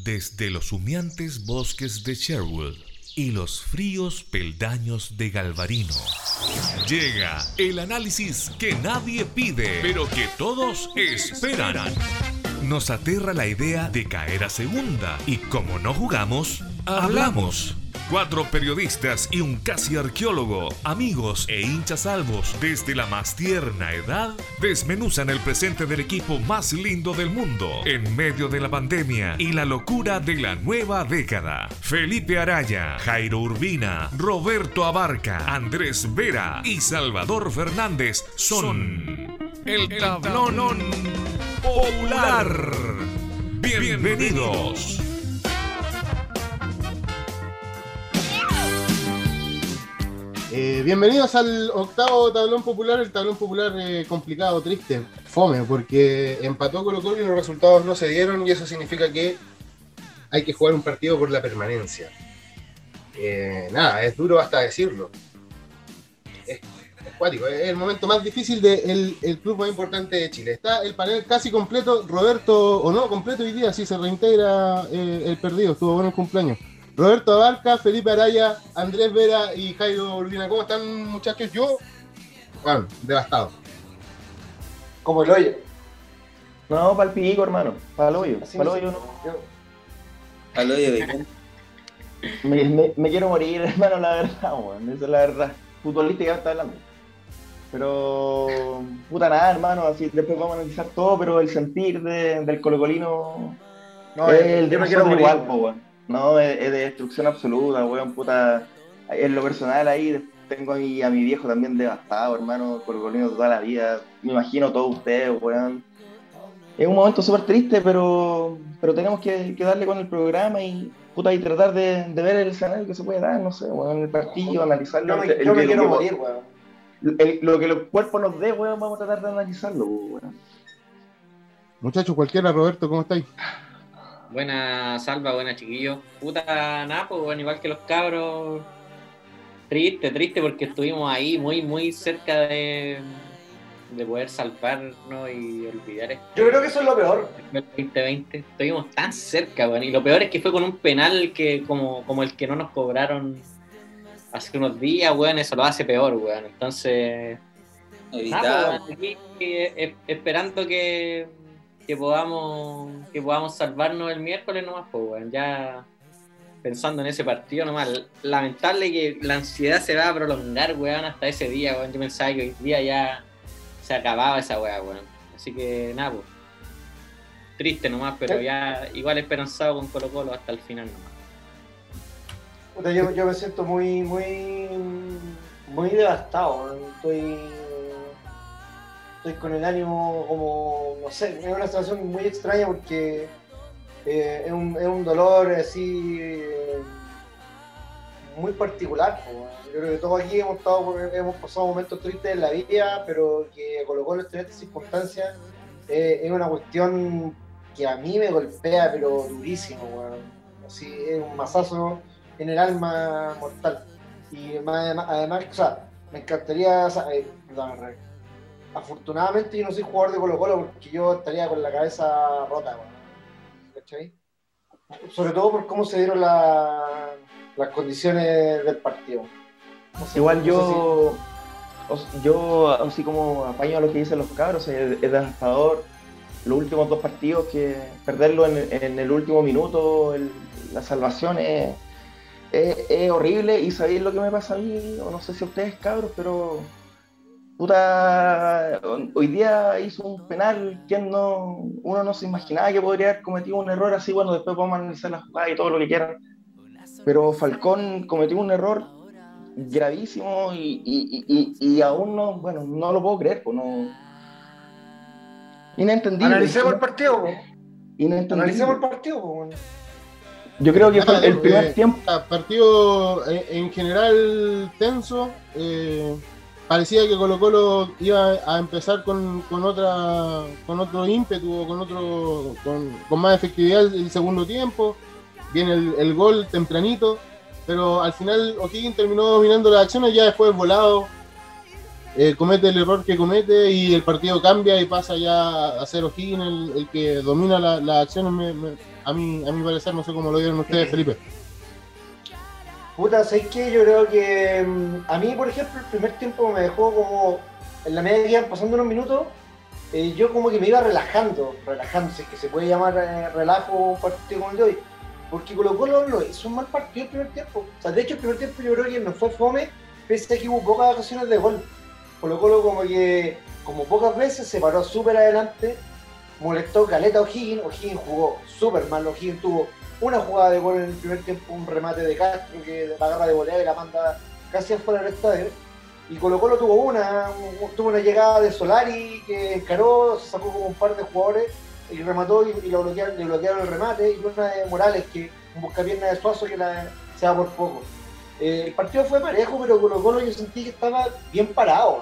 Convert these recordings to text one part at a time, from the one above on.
Desde los humeantes bosques de Sherwood y los fríos peldaños de Galvarino, llega el análisis que nadie pide, pero que todos esperan. Nos aterra la idea de caer a segunda y como no jugamos, hablamos. 4 periodistas y un casi arqueólogo, amigos e hinchas salvos, desde la más tierna edad, desmenuzan el presente del equipo más lindo del mundo, en medio de la pandemia y la locura de la nueva década. Felipe Araya, Jairo Urbina, Roberto Abarca, Andrés Vera y Salvador Fernández son el tablón popular. Bienvenidos. Bienvenidos al octavo tablón popular, el tablón popular complicado, triste, fome, porque empató Colo-Colo y los resultados no se dieron y eso significa que hay que jugar un partido por la permanencia. Nada, es duro hasta decirlo. Es cuático, es el momento más difícil del club más importante de Chile. Está el panel casi completo, Roberto, o no, completo hoy día, sí se reintegra el perdido, estuvo bueno el cumpleaños. Roberto Abarca, Felipe Araya, Andrés Vera y Jairo Urbina. ¿Cómo están, muchachos? Yo, bueno, devastado. Como el hoyo. No, para el pico, hermano. Para el hoyo. Para el hoyo no. Al hoyo de Me quiero morir, hermano, la verdad, weón. Esa es la verdad. Futbolística está hablando. Pero, puta nada, hermano. Así después vamos a analizar todo, pero el sentir del colocolino. No, yo me quiero morir igual, weón. No, es de destrucción absoluta, weón, puta. En lo personal ahí tengo a mi viejo también devastado, hermano, colocolino toda la vida. Me imagino todos ustedes, weón. Es un momento súper triste, pero tenemos que darle con el programa y, puta, y tratar de ver el escenario que se puede dar, no sé, weón, el partido, analizarlo. Yo me quiero morir, weón. Lo que el cuerpo nos dé, weón, vamos a tratar de analizarlo, weón. Muchachos, cualquiera, Roberto, ¿cómo estáis? Buena Salva, buena chiquillos. Puta nada, pues bueno, igual que los cabros. Triste porque estuvimos ahí muy cerca de poder salvarnos y olvidar esto. Yo creo que eso es lo peor. El 2020, estuvimos tan cerca, bueno, y lo peor es que fue con un penal que como el que no nos cobraron hace unos días, weón, eso lo hace peor, weón. Entonces, nada, pues, aquí esperando que podamos salvarnos el miércoles nomás, pues, weón, ya pensando en ese partido nomás. Lamentable que la ansiedad se va a prolongar, weón, hasta ese día, weón. Yo pensaba que hoy día ya se acababa esa weá, weón. Así que nada, pues, triste nomás, pero ya igual esperanzado con Colo-Colo hasta el final nomás. Yo me siento muy devastado, weón. Estoy con el ánimo como, no sé, es una situación muy extraña porque es un dolor así muy particular. Yo creo que todos aquí hemos pasado momentos tristes en la vida, pero que Colo-Colo en estas circunstancias es una cuestión que a mí me golpea, pero durísimo, bueno. Así es un mazazo en el alma mortal. Y además, o sea, me encantaría, afortunadamente yo no soy jugador de Colo-Colo porque yo estaría con la cabeza rota, ¿cachai? Sobre todo por cómo se dieron las condiciones del partido. No sé, igual yo así como apaño a lo que dicen los cabros, es devastador los últimos 2 partidos, que perderlo en el último minuto, la salvación es horrible. Y sabéis lo que me pasa a mí, o no sé si a ustedes, cabros, pero puta, hoy día hizo un penal que uno no se imaginaba que podría haber cometido un error así. Bueno, después vamos a analizar la jugada y todo lo que quieran, pero Falcón cometió un error gravísimo y aún no lo puedo creer, pues no. Inentendible. Analicemos el partido, Bueno. Yo creo que fue el primer tiempo. Partido en general tenso. Parecía que Colo-Colo iba a empezar con otro ímpetu o con más efectividad el segundo tiempo. Viene el gol tempranito, pero al final O'Higgins terminó dominando las acciones ya después volado. comete el error que comete y el partido cambia y pasa ya a ser O'Higgins el que domina las acciones, a mi parecer, no sé cómo lo vieron ustedes, Felipe. Puta, ¿sabes qué? Yo creo que a mí, por ejemplo, el primer tiempo me dejó como en la medida que iban pasando unos minutos, yo como que me iba relajando, si es que se puede llamar relajo un partido como el de hoy, porque Colo-Colo no hizo un mal partido el primer tiempo. O sea, de hecho el primer tiempo yo creo que no fue fome, pese a que hubo pocas ocasiones de gol. Colo-Colo como pocas veces se paró súper adelante, molestó caleta a O'Higgins jugó súper mal, O'Higgins tuvo una jugada de gol en el primer tiempo, un remate de Castro que la agarra de volea y la manda casi afuera del estadio. Y Colo-Colo tuvo una llegada de Solari que encaró, se sacó como un par de jugadores y remató y le bloquearon el remate, y una de Morales que un buscapierna de Suazo que se va por poco. El partido fue parejo, pero Colo-Colo yo sentí que estaba bien parado.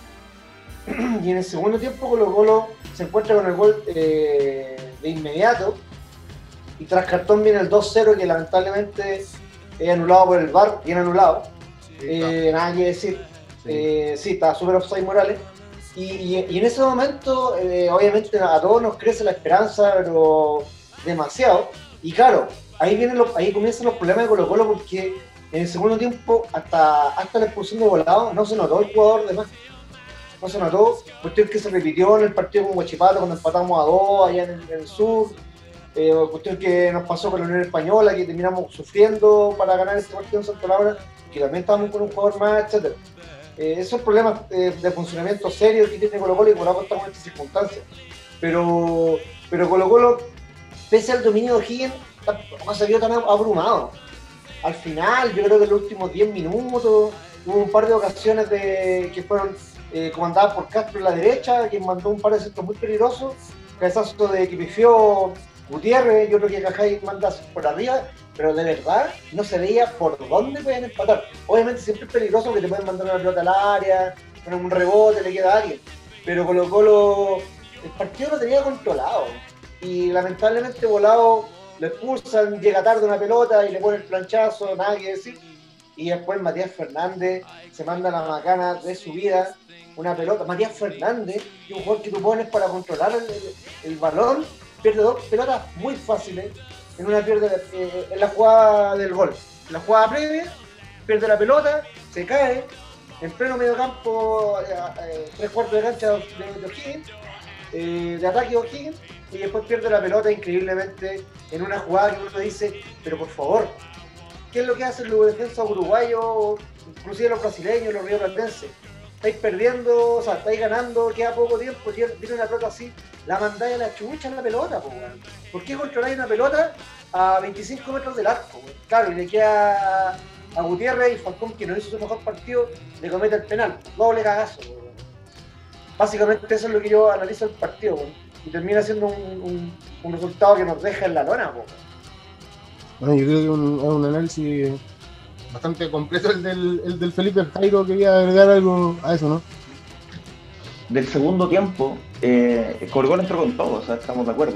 Y en el segundo tiempo Colo-Colo se encuentra con el gol de inmediato, y tras cartón viene el 2-0 que lamentablemente es anulado por el VAR, bien anulado. Nada que decir. Sí, está súper offside Morales. Y en ese momento, obviamente a todos nos crece la esperanza, pero demasiado. Y claro, ahí comienzan los problemas de Colo-Colo, porque en el segundo tiempo, hasta la expulsión de Volado, no se notó el jugador de más. No se notó, cuestión que se repitió en el partido con Huachipato cuando empatamos a 2 allá en el sur. Cuestión que nos pasó con la Unión Española, que terminamos sufriendo para ganar este partido en Santa Laura, que también estábamos con un jugador más, etc. Esos problemas de funcionamiento serios que tiene Colo-Colo, y por algo estamos en estas circunstancias. Pero Colo-Colo, pese al dominio de O'Higgins, tampoco se vio tan abrumado. Al final, yo creo que en los últimos 10 minutos hubo un par de ocasiones que fueron comandadas por Castro en la derecha, que mandó un par de centros muy peligrosos, cabezazo de que pifió Gutiérrez, yo creo que Cajay manda por arriba, pero de verdad no se veía por dónde pueden empatar. Obviamente siempre es peligroso porque te pueden mandar una pelota al área, con un rebote le queda a alguien, pero Colo-Colo el partido lo tenía controlado, y lamentablemente Volado lo expulsan, llega tarde una pelota y le pone el planchazo, nada que decir, y después Matías Fernández se manda la macana de su vida, una pelota. Matías Fernández, que es un jugador que tú pones para controlar el balón, pierde 2 pelotas muy fáciles. En la jugada del gol, en la jugada previa, pierde la pelota, se cae en pleno medio campo, 3/4 de cancha de O'Higgins, de ataque de O'Higgins, y después pierde la pelota increíblemente en una jugada que uno dice, pero por favor, ¿qué es lo que hacen los defensas uruguayos, inclusive los brasileños, los rioplatenses? Estáis perdiendo, o sea, estáis ganando, queda poco tiempo, viene una pelota así, la mandáis a la chucha en la pelota, po, weón. ¿Por qué controláis una pelota a 25 metros del arco, weón? Claro, y le queda a Gutiérrez, y Falcón, que no hizo su mejor partido, le comete el penal, doble cagazo, weón. Básicamente eso es lo que yo analizo el partido, weón, y termina siendo un resultado que nos deja en la lona, weón. Bueno, yo creo que es un análisis bastante completo el del Felipe. Jairo quería agregar algo a eso, ¿no? Del segundo tiempo, Colo-Colo entró con todo, o sea, estamos de acuerdo.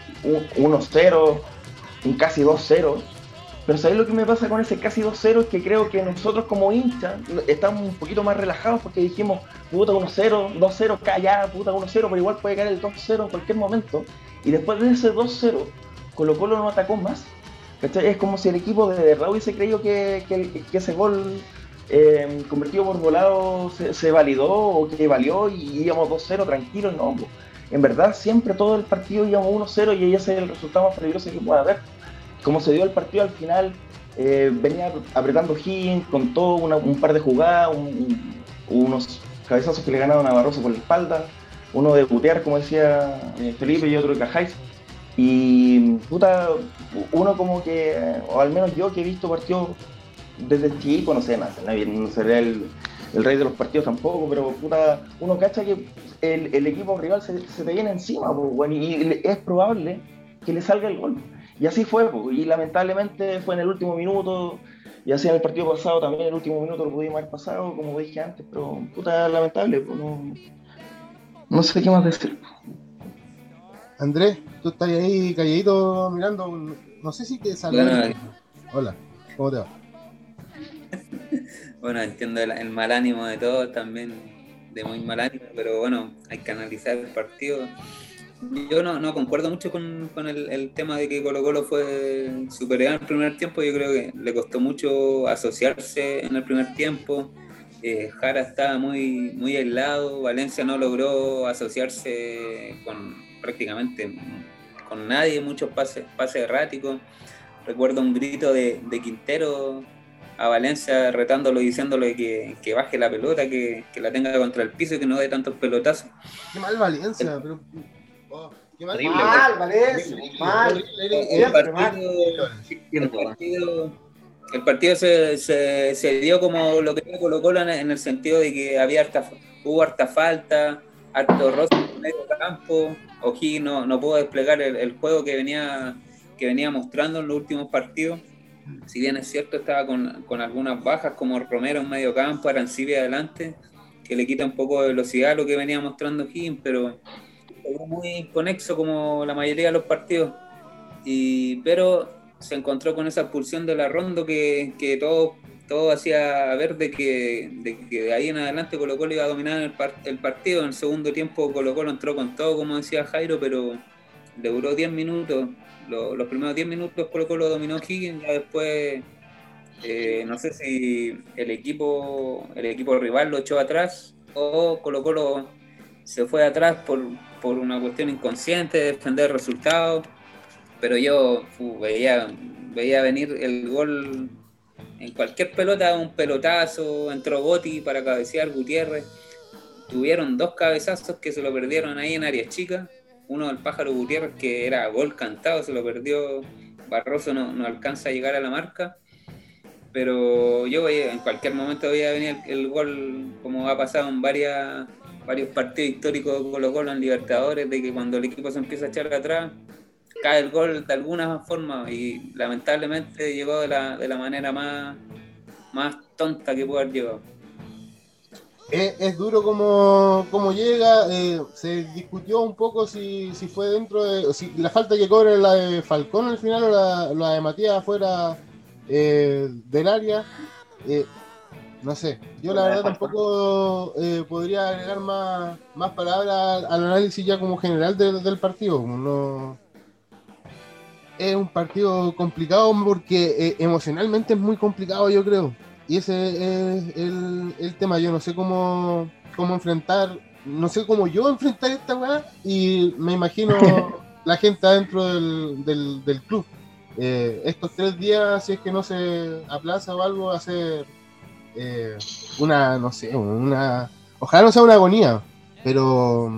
1-0, un casi 2-0. Pero ¿sabéis lo que me pasa con ese casi 2-0? Es que creo que nosotros como hinchas estamos un poquito más relajados porque dijimos, puta 1-0, 2-0, calla, puta 1-0, pero igual puede caer el 2-0 en cualquier momento. Y después de ese 2-0, Colo-Colo no atacó más. ¿Cachai? Es como si el equipo de verdad hubiese creído que ese gol convertido por Volado se validó o que valió y íbamos 2-0 tranquilos. No, en verdad siempre todo el partido íbamos 1-0 y ese es el resultado más peligroso que pueda haber. Como se dio el partido al final, venía apretando Higgins con todo, un par de jugadas, unos cabezazos que le ganaron a Barroso por la espalda, uno de Gutiérrez, como decía Felipe, y otro de Cajáis. Y puta, uno como que, o al menos yo que he visto partidos desde chico, no sé, no seré el rey de los partidos tampoco, pero puta, uno cacha que el equipo rival se te viene encima, pues, bueno, y es probable que le salga el gol. Y así fue, pues, y lamentablemente fue en el último minuto, y así en el partido pasado también en el último minuto lo pudimos haber pasado, como dije antes, pero puta, lamentable, pues, no sé qué más decir. Andrés, tú estás ahí calladito mirando, no sé si te salió. Bueno, hola, ¿cómo te va? bueno, entiendo el mal ánimo de todos también. de muy mal ánimo, pero bueno, hay que analizar el partido. Yo no concuerdo mucho con el tema de que Colo-Colo fue superior en el primer tiempo. Yo creo que le costó mucho asociarse en el primer tiempo. Jara estaba muy aislado. Valencia no logró asociarse prácticamente con nadie, muchos pases erráticos. Recuerdo un grito de Quintero a Valencia retándolo, diciéndole que baje la pelota, que la tenga contra el piso y que no dé tantos pelotazos. Qué mal Valencia, pero... qué mal. Horrible, Mal, Valencia, mal. El partido se dio como lo que dio Colo-Colo en el sentido de que hubo harta falta, harto roce en el medio campo. O'Higgins no pudo desplegar el juego que venía mostrando en los últimos partidos. Si bien es cierto, estaba con algunas bajas como Romero en medio campo, Arancibia adelante, que le quita un poco de velocidad a lo que venía mostrando O'Higgins, pero fue muy conexo como la mayoría de los partidos. Pero se encontró con esa expulsión de la Rondo que todo hacía ver de que de ahí en adelante Colo-Colo iba a dominar el partido. En el segundo tiempo Colo-Colo entró con todo, como decía Jairo, pero le duró 10 minutos. Los primeros 10 minutos Colo-Colo dominó Higgins, ya después no sé si el equipo rival lo echó atrás o Colo-Colo se fue atrás por una cuestión inconsciente de defender resultados, pero yo veía venir el gol en cualquier pelota, un pelotazo, entró Gotti para cabecear Gutiérrez, tuvieron 2 cabezazos que se lo perdieron ahí en áreas chicas, uno del Pájaro Gutiérrez que era gol cantado, se lo perdió Barroso, no alcanza a llegar a la marca, pero yo en cualquier momento veía venir el gol, como ha pasado en varios partidos históricos de Colo-Colo en Libertadores, de que cuando el equipo se empieza a echar atrás, cae el gol de alguna forma, y lamentablemente llegó de la manera más tonta que pudo haber llegado. Es duro como llega. Se discutió un poco si fue dentro de... Si la falta que cobra es la de Falcón al final o la de Matías afuera del área. No sé, yo la verdad tampoco podría agregar más palabras al análisis ya como general del partido. No, es un partido complicado porque emocionalmente es muy complicado, yo creo. Y ese es el tema. Yo no sé cómo enfrentar, no sé cómo yo enfrentar esta weá, y me imagino la gente adentro del club. Estos 3 días, si es que no se aplaza o algo, hacer ojalá no sea una agonía, pero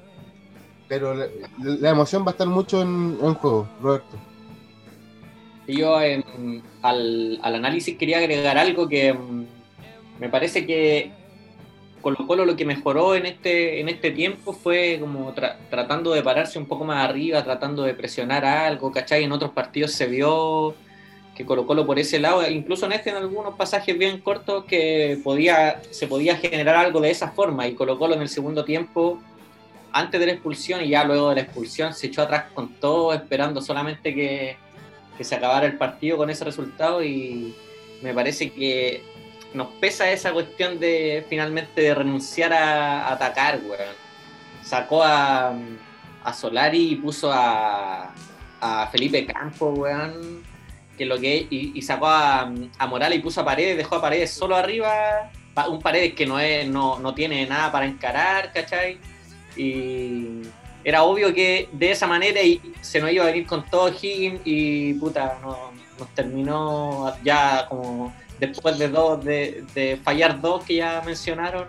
la emoción va a estar mucho en juego, Roberto. Y yo al análisis quería agregar algo que me parece que Colo-Colo lo que mejoró en este tiempo fue como tratando de pararse un poco más arriba, tratando de presionar algo, ¿cachai? En otros partidos se vio que Colo-Colo por ese lado, incluso en algunos pasajes bien cortos, que se podía generar algo de esa forma, y Colo-Colo en el segundo tiempo, antes de la expulsión y ya luego de la expulsión, se echó atrás con todo, esperando solamente que se acabara el partido con ese resultado, y me parece que nos pesa esa cuestión de finalmente de renunciar a atacar, weón. Sacó a Solari y puso a Felipe Campos, weón, y sacó a Morales y puso a Paredes, dejó a Paredes solo arriba, un Paredes que no tiene nada para encarar, ¿cachai? Y era obvio que de esa manera se nos iba a venir con todo Higgins, y puta, nos terminó ya como después de fallar 2 que ya mencionaron,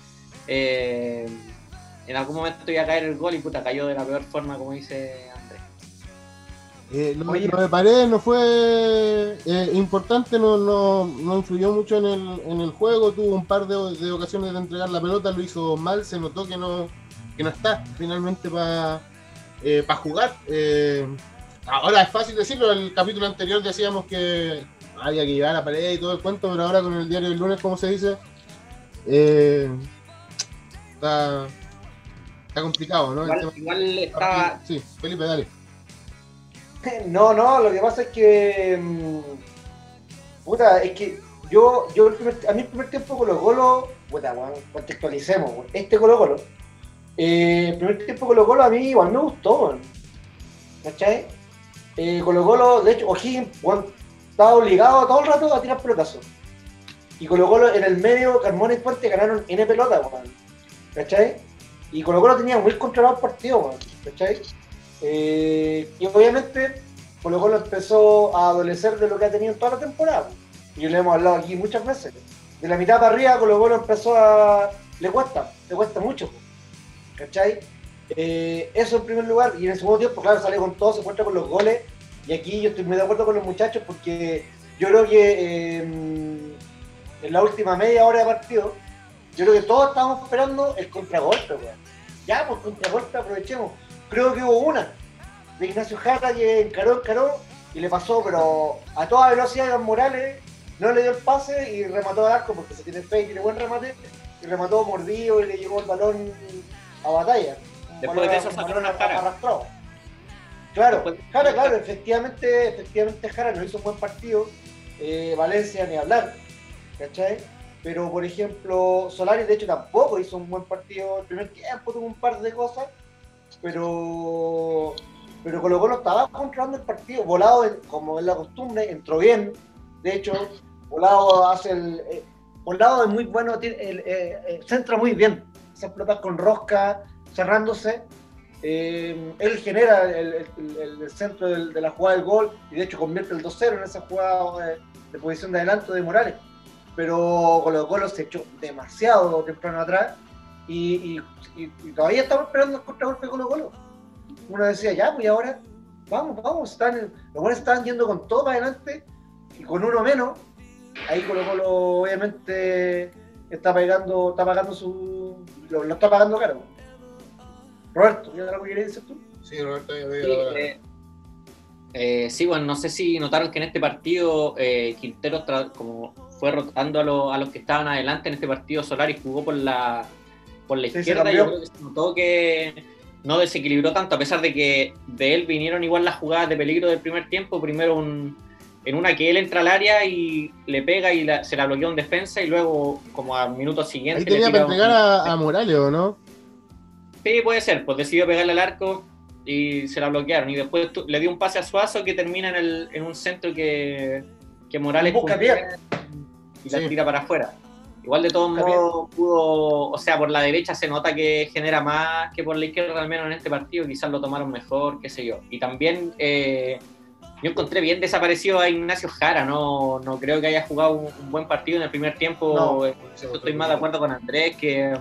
en algún momento iba a caer el gol y puta, cayó de la peor forma, como dice Andrés. Lo de Paredes no fue importante, no influyó mucho en el juego, tuvo un par de ocasiones de entregar la pelota, lo hizo mal, se notó que no está finalmente para jugar. Ahora es fácil decirlo, el capítulo anterior decíamos que había que llevar a Paredes y todo el cuento, pero ahora con el diario del lunes, como se dice, está complicado, ¿no? Igual estaba... Sí, Felipe, dale. No, lo que pasa es que puta, es que a mí el primer tiempo Colo-Colo puta, weón, contextualicemos, weón. Este Colo-Colo, el primer tiempo Colo-Colo a mí igual me gustó, weón. ¿Cachai? Colo-Colo, de hecho, O'Higgins, weón, estaba obligado todo el rato a tirar pelotazos. Y Colo-Colo en el medio, Carmona y Fuerte ganaron N pelota, weón. ¿Cachai? Y Colo-Colo tenía muy controlado el partido, weón. ¿Cachai? Y obviamente Colo-Colo empezó a adolecer de lo que ha tenido en toda la temporada. Y lo hemos hablado aquí muchas veces. De la mitad para arriba Colo-Colo empezó a... Le cuesta mucho. ¿Cachai? Eso en primer lugar. Y en el segundo tiempo, claro, sale con todo, se encuentra con los goles. Y aquí yo estoy muy de acuerdo con los muchachos porque yo creo que en la última media hora de partido, yo creo que todos estábamos esperando el contragolpe, weón. Ya, pues contragolpe, aprovechemos. Creo que hubo una de Ignacio Jara que encaró y le pasó, pero a toda velocidad a Iván Morales, no le dio el pase y remató al arco porque se tiene fe y tiene buen remate, y remató mordido y le llegó el balón a Batalla. Después de eso sacó una Jara. Arrastrado. Claro, Jara, efectivamente Jara no hizo un buen partido, Valencia ni hablar, ¿cachai? Pero por ejemplo, Solari de hecho tampoco hizo un buen partido, el primer tiempo tuvo un par de cosas, pero Colo-Colo estaba controlando el partido. Volado, como es la costumbre, entró bien. De hecho, Volado hace Volado es muy bueno, centra muy bien. Esas pelotas con rosca, cerrándose. Él genera el centro de la jugada del gol y de hecho convierte el 2-0 en esa jugada de posición de adelanto de Morales. Pero Colo-Colo se echó demasiado temprano atrás y todavía estamos esperando el contragolpe de Colo-Colo. Uno decía, ya, pues ahora, vamos, los buenos estaban yendo con todo para adelante y con uno menos, ahí Colo-Colo obviamente está pagando lo está pagando caro. Roberto, ¿ya algo que querías decir tú? Sí, Roberto, sí, bueno, no sé si notaron que en este partido Quintero como fue rotando a los que estaban adelante en este partido. Solari jugó por la izquierda y yo creo que se notó que no desequilibró tanto, a pesar de que de él vinieron igual las jugadas de peligro del primer tiempo. Primero en una que él entra al área y le pega y se la bloqueó en defensa y luego como al minuto siguiente... Ahí tenía para entregar a Morales, ¿o no? Sí, puede ser, pues decidió pegarle al arco y se la bloquearon y después le dio un pase a Suazo que termina en un centro que Morales busca bien y la tira para afuera. Igual de todos modos pudo, o sea, por la derecha se nota que genera más que por la izquierda, al menos en este partido, quizás lo tomaron mejor, qué sé yo. Y también yo encontré bien desaparecido a Ignacio Jara, no creo que haya jugado un buen partido en el primer tiempo. Estoy más de acuerdo con Andrés, que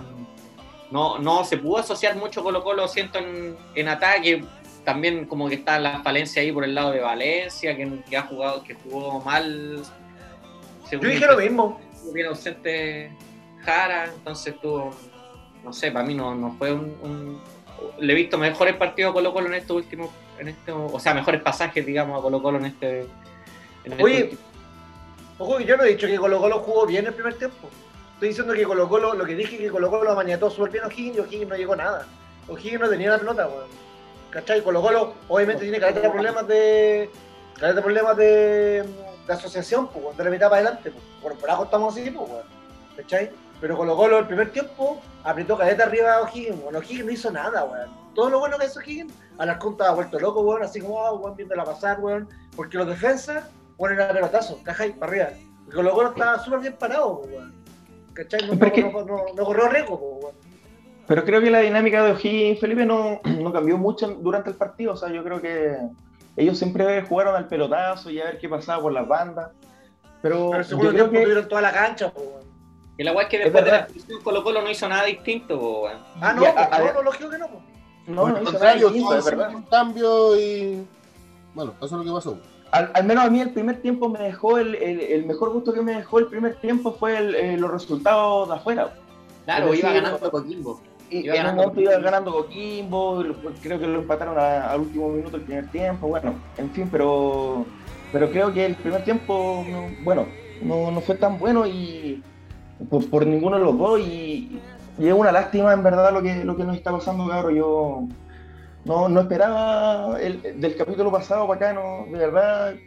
no se pudo asociar mucho Colo-Colo, siento, en ataque. También como que está la falencia ahí por el lado de Valencia, que jugó mal. Yo dije lo mismo. Bien ausente Jara, entonces no sé, para mí no fue le he visto mejores partidos a Colo-Colo en estos últimos, o sea, mejores pasajes, digamos, a Colo-Colo en este. Oye, ojo, yo no he dicho que Colo-Colo jugó bien el primer tiempo. Estoy diciendo que Colo-Colo, lo que dije que Colo-Colo maniató súper bien a O'Higgins y O'Higgins no llegó nada. O'Higgins no tenía la pelota, weón. ¿Cachai? Colo-Colo obviamente tiene caleta de problemas de asociación, pues, de la mitad para adelante, pues. Por algo estamos así, pues, weón. ¿Cachai? Pero Colo-Colo el primer tiempo apretó caleta arriba a O'Higgins, weón. O'Higgins no hizo nada, weón. Todo lo bueno que hizo O'Higgins, Alarcón estaba vuelto loco, weón, así como, weón, viéndola pasar, weón. Porque los defensas, weón, eran pelotazos, ¿cachai? Para arriba. Y Colo-Colo estaba súper bien parado, pues, weón. ¿Cachai? No corrió riesgo, pues, weón. Pero creo que la dinámica de O'Higgins, Felipe, no cambió mucho durante el partido. O sea, yo creo que ellos siempre jugaron al pelotazo y a ver qué pasaba por las bandas. Pero el segundo tiempo tuvieron toda la cancha, pues, weón. Y la weá es que después de la expulsión Colo-Colo no hizo nada distinto, weón. No, lógico que no, pues. No hizo nada distinto, es verdad. Un cambio y... Bueno, pasó lo que pasó. Al menos a mí el primer tiempo me dejó, el mejor gusto que me dejó el primer tiempo fue los resultados de afuera. Claro, iba ganando Coquimbo. Iba ganando Coquimbo, creo que lo empataron al último minuto del primer tiempo, bueno, en fin, pero creo que el primer tiempo, no fue tan bueno y por ninguno de los dos y es una lástima en verdad lo que nos está pasando, cabrón. Yo no esperaba del capítulo pasado para acá, de verdad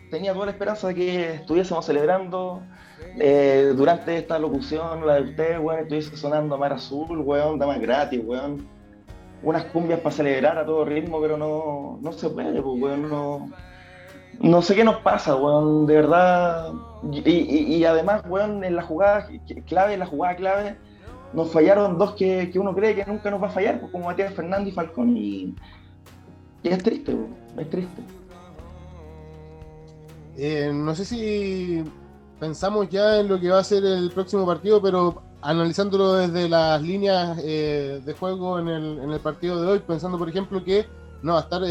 tenía toda la esperanza de que estuviésemos celebrando durante esta locución, la de ustedes, weón, estuviese sonando Mar Azul, weón, Damas Gratis, weón. Unas cumbias para celebrar a todo ritmo, pero no se puede, pues, weón, no sé qué nos pasa, weón, de verdad. Y además, weón, en la jugada clave, nos fallaron dos que uno cree que nunca nos va a fallar, pues, como Matías Fernández y Falcón, y es triste, weón, es triste. No sé si pensamos ya en lo que va a ser el próximo partido, pero analizándolo desde las líneas de juego en el partido de hoy, pensando por ejemplo que no va a estar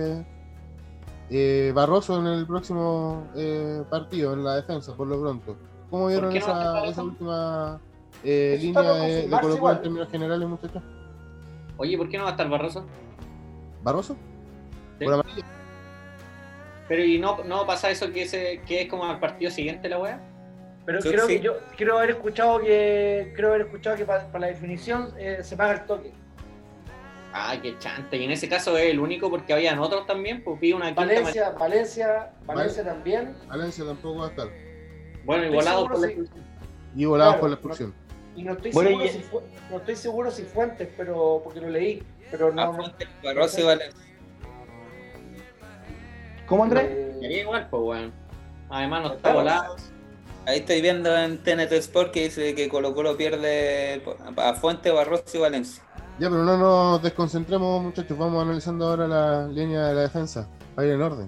Barroso en el próximo partido, en la defensa, por lo pronto. ¿Cómo vieron esa última línea de Colo-Colo en términos generales, muchachos? Oye, ¿por qué no va a estar Barroso? ¿Barroso? Sí. Por amarilla. Pero ¿y no pasa eso que es como al partido siguiente la weá? Pero Sí, creo sí. que yo creo haber escuchado que para la definición se paga el toque. Ay, qué chanta. Y en ese caso es el único porque habían otros también, pues vi una quinta Valencia también. Valencia tampoco va a estar. Bueno, Estoy igualado seguro por la si- expulsión. Y volado Claro, por la expulsión. Y no estoy Bueno, seguro no estoy seguro si Fuentes, pero porque lo leí, pero no. Afuente, Barroso y Valencia. ¿Cómo, Andrés? Sería igual, pues weón. Además no está Claro. volado. Ahí estoy viendo en TNT Sport que dice que Colo-Colo pierde a Fuente, Barroso y Valencia. Ya, pero no nos desconcentremos, muchachos. Vamos analizando ahora la línea de la defensa. Para ir en orden.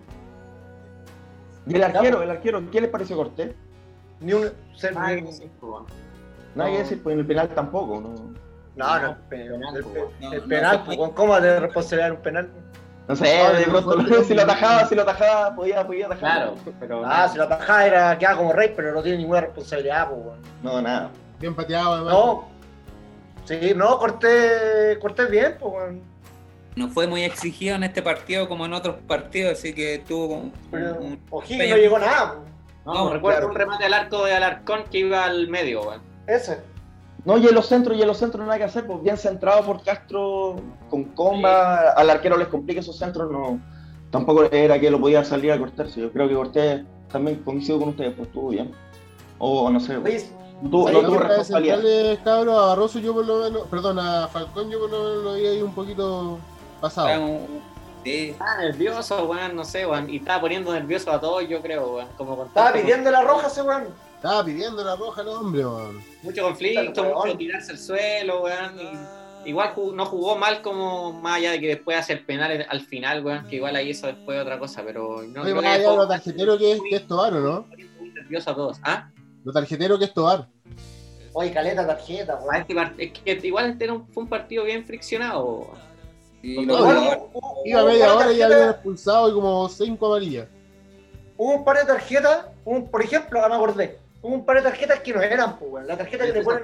¿Y el arquero, qué les pareció Cortés? Ni un Ay, no sé, pues, weón. Nada que decir, pues en el penal tampoco, ¿no? No, penal, el no, penal, no, pues, ¿cómo te responsabilidad un penal? No sé, de pronto, si lo atajaba, podía atajar. Claro, pero Si lo atajaba quedaba como rey, pero no tiene ninguna responsabilidad, pues, weón. No, nada. Bien pateado, además. No. Sí, no, Cortés bien, pues, weón. No fue muy exigido en este partido como en otros partidos, así que tuvo Pero un O'Higgins no llegó a nada, pues. no, recuerdo claro. un remate al arco de Alarcón que iba al medio, weón. Ese. No, y en los centros nada que hacer, pues bien centrado por Castro, con comba, al arquero les complica esos centros, no, tampoco era que lo podía salir a cortarse. Yo creo que Cortés también coincido con ustedes, pues estuvo bien. O no sé, Oye, no tuvo responsabilidad. Cabros, a Barroso yo por lo menos, perdón, a Falcón yo por lo menos lo vi ahí un poquito pasado. Sí. Estaba nervioso, weón, no sé, weón. Y estaba poniendo nervioso a todos, yo creo, weón. Como con estaba tanto pidiendo la roja ese weón. Estaba pidiendo la roja al hombre, man. mucho conflicto, Weón. mucho tirarse al suelo, weón. Y igual no jugó mal, como más allá de que después hace el penal al final, weón. Que igual ahí eso después es otra cosa, pero no Oye, creo más que allá de lo tarjetero que es Tobar, ¿o no? muy nervioso a todos. ¿Ah? Lo tarjetero que es Tobar. Oye, caleta tarjeta, weón. Es que igual fue un partido bien friccionado, weón. Y Con los todo, jugadores- Iba media hora y ya habían expulsado y como 5 amarillas. Hubo un par de tarjetas, por ejemplo, me acordé, hubo un par de tarjetas que no eran, pues, weón. La tarjeta que le ponen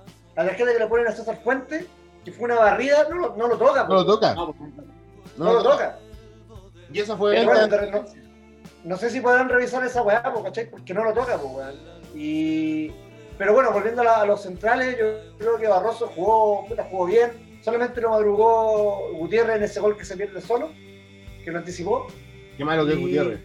a César Fuentes, que fue una barrida, no lo toca, No lo toca. No, porque- No lo toca. Y esa fue Pero venta. bueno, no sé si podrán revisar esa weá, ¿cachai? Porque no lo toca, pues, weón. Pero bueno, volviendo a los centrales, yo creo que Barroso jugó bien. Solamente lo madrugó Gutiérrez en ese gol que se pierde solo, que lo anticipó. Qué malo que es Gutiérrez.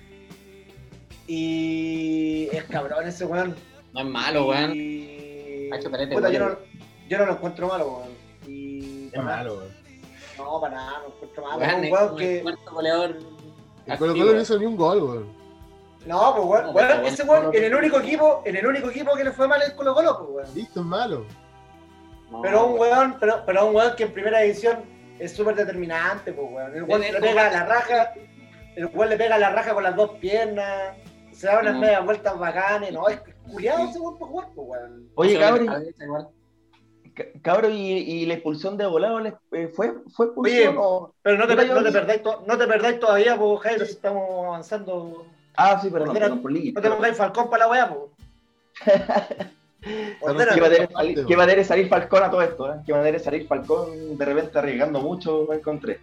Y es cabrón ese weón. No es malo, weón. Y... Ha hecho caleta de Puta, goles. yo no lo encuentro malo, weón. Y... Qué malo, weón. No, para nada, no lo encuentro malo. Weón, Es un es weón como el que... cuarto goleador. El Colo activo. Colo no hizo ni un gol, weón. No, pues weón, No, weón, pero ese bueno, weón, en el único equipo que le fue mal es Colo Colo, pues weón. Listo, es malo. No, Pero un weón que en primera edición es súper determinante, pues weón. El weón Tiene le pega a la raja, con las dos piernas, se da unas No. medias vueltas bacanes, no, es culiado ese weón para jugar, pues weón. Oye, no se ve cabrón, la cabeza igual. y la expulsión de volado fue expulsión Oye, o... Pero no te Yo perdáis todavía, pues Jairo, si estamos avanzando. Ah, sí, perdón, Ordena- por Liguilla. No te pongáis Falcón para la weá, pues. Ordena- Qué manera, Parte, qué manera de salir Falcón a todo esto, ¿eh? Qué manera de salir Falcón de repente arriesgando mucho, me encontré.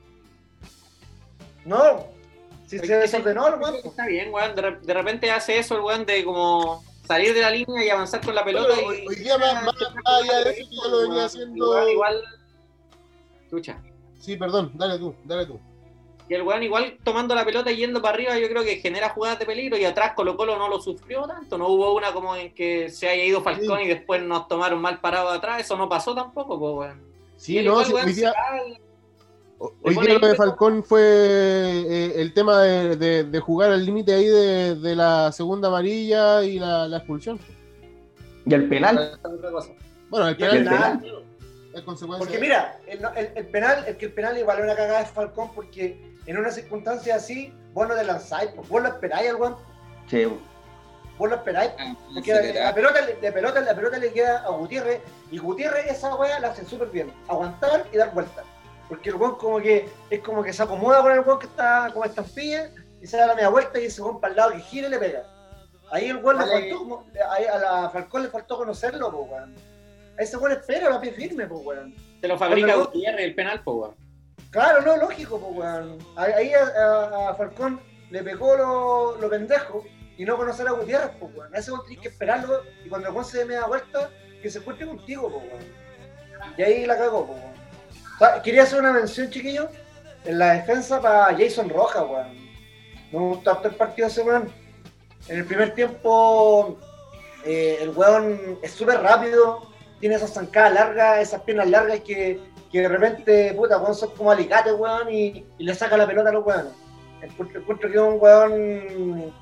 No, si se desordenó, el weón. Está bien, weón. De repente hace eso el weón de como salir de la línea y avanzar con la pelota. Bueno, y hoy día más allá de eso que ya lo venía haciendo. Igual. Escucha. Sí, perdón, dale tú. Y el weón igual tomando la pelota y yendo para arriba, yo creo que genera jugadas de peligro y atrás Colo-Colo no lo sufrió tanto. No hubo una como en que se haya ido Falcón y después nos tomaron mal parados atrás. Eso no pasó tampoco, pues weón. Sí, no, sí, hoy día lo de ahí, Falcón fue el tema de jugar al límite ahí de la segunda amarilla y la expulsión. ¿Y el penal? Bueno, el Y el penal penal. es consecuencia. Porque mira, el penal igual es una cagada de Falcón porque en una circunstancia así, vos no te lanzáis, pues, vos lo esperáis al weón, Sí. vos lo esperáis, porque la pelota le queda a Gutiérrez, y Gutiérrez esa weá la hace súper bien, aguantar y dar vueltas, porque el weón como que se acomoda con el weón que está como estampilla, y se da la media vuelta y ese weón para el lado que gira y le pega. Ahí el weón le faltó, a la Falcón le faltó conocerlo, pues weón. A ese weón espera la pie firme, pues weón. Se lo fabrica Gutiérrez el penal, pues weón. Claro, no, lógico, pues weón. Ahí a Falcón le pegó lo pendejo y no conocer a Gutiérrez, pues weón. A ese weón tenés que esperarlo y cuando el weón se dé media vuelta, que se encuentre contigo, pues weón. Y ahí la cagó, pues weón. O sea, quería hacer una mención, chiquillos, en la defensa para Jason Rojas, weón. Me gustó hasta el partido ese weón. En el primer tiempo, el weón es súper rápido, tiene esas zancadas largas, esas piernas largas que de repente, puta, weón, son como alicates, weón, y le saca la pelota a los weones. Encuentro que es un weón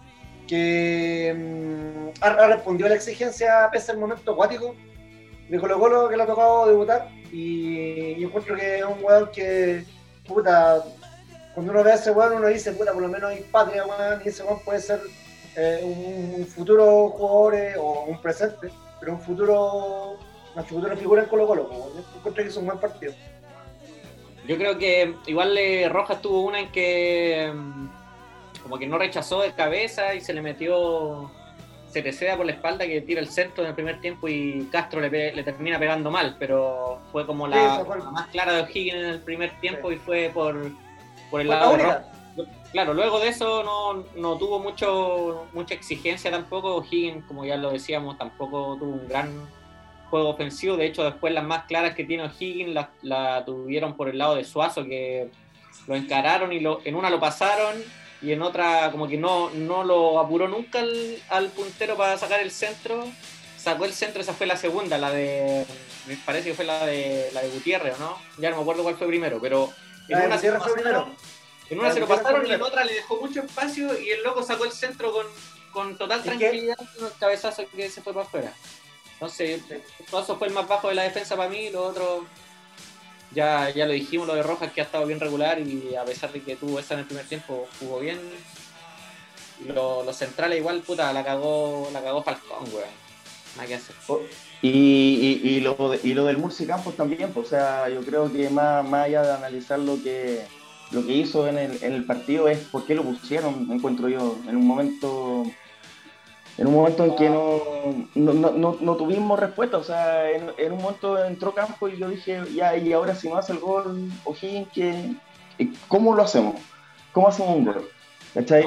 que ha respondido a la exigencia pese al momento acuático de Colo-Colo que le ha tocado debutar, y encuentro que es un weón que, puta, cuando uno ve a ese weón uno dice, puta, por lo menos hay patria, weón, y ese weón puede ser un futuro jugador o un presente, pero una futura figura en Colo-Colo, yo encuentro que es un buen partido. Yo creo que igual Rojas tuvo una en que como que no rechazó de cabeza y se le metió Cereceda por la espalda, que tira el centro en el primer tiempo y Castro le termina pegando mal, pero fue como la más clara de O'Higgins en el primer tiempo, y fue por el lado de Rojas. Claro, luego de eso no tuvo mucha exigencia tampoco. O'Higgins, como ya lo decíamos, tampoco tuvo un gran juego ofensivo. De hecho, después las más claras que tiene O'Higgins la tuvieron por el lado de Suazo, que lo encararon y en una lo pasaron y en otra como que no lo apuró nunca al puntero para sacar el centro. Sacó el centro, esa fue la segunda, me parece que fue la de Gutiérrez, ¿no? Ya no me acuerdo cuál fue primero, pero en una se lo pasaron y en otra le dejó mucho espacio y el loco sacó el centro con total tranquilidad, un cabezazo que se fue para afuera. Entonces, Suazo fue el más bajo de la defensa para mí, lo otro ya lo dijimos, lo de Rojas, que ha estado bien regular y a pesar de que tuvo esa en el primer tiempo, jugó bien. Los centrales igual, puta, la cagó Falcón, weón. Nada que hacer. Y lo del Murci Campos también, pues, o sea, yo creo que más allá de analizar lo que hizo en el partido es por qué lo pusieron, encuentro yo, en un momento en que no tuvimos respuesta. O sea, en un momento entró Campos y yo dije, ya, y ahora si no hace el gol O'Higgins, ¿cómo lo hacemos? ¿Cómo hacemos un gol? ¿Cachai?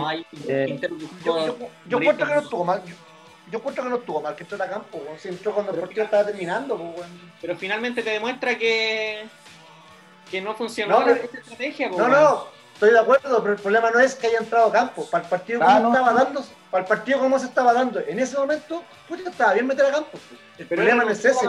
Yo encuentro que no estuvo mal. Yo encuentro que no estuvo mal que entró a Campos, se entró cuando el partido estaba terminando. Pero finalmente te demuestra que no funcionó esta estrategia. No, estoy de acuerdo, pero el problema no es que haya entrado Campos. Para el partido como se estaba dando en ese momento, puta, estaba bien meter a Campos. El problema no es ese.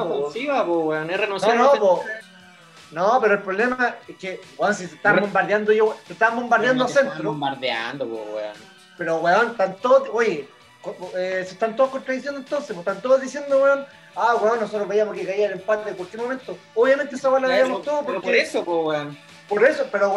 No, pero el problema es que, weón, si se están bombardeando a centro. Pero, weón, están todos, oye, se están todos contradiciendo entonces, pues están todos diciendo, weón, weón, nosotros veíamos que caía el empate en cualquier momento. Obviamente esa bola la veíamos todos, porque por eso, pues, weón. Por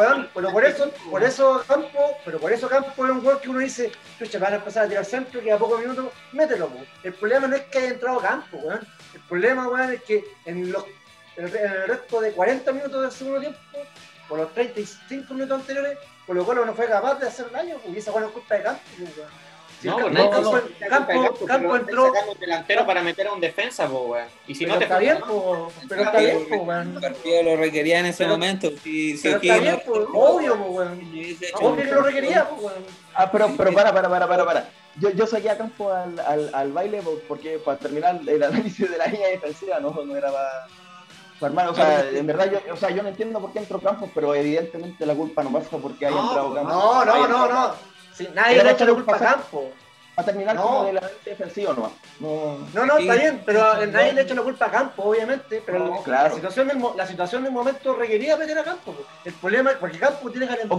eso Campos es un gol que uno dice, chucha, van a empezar a tirar centro, que a pocos minutos, mételo, weón. El problema no es que haya entrado Campos, weón. El problema, weón, es que en el resto de 40 minutos del segundo tiempo, por los 35 minutos anteriores, Colo-Colo no fue capaz de hacer daño, porque esa buena culpa de Campos, weón. Campos entró un delantero para meter a un defensa, po, weón. Y si no te está bien, pero está bien, weón. El partido lo requería en ese momento. Está bien, obvio, weón. Obvio que lo requería, weón. Pero para. Yo saqué a Campos al baile porque para terminar el análisis de la línea defensiva, no era Pues, hermano, o sea, en verdad yo no entiendo por qué entró Campos, pero evidentemente la culpa no pasa porque haya entrado Campos. No. Sí, nadie le echa la culpa a Campos. Va a terminar como de la defensiva nomás. No, está bien, pero nadie le echa la culpa a Campos, obviamente, pero claro. la situación del momento requería meter a Campos. El problema es porque Campos tiene calentado.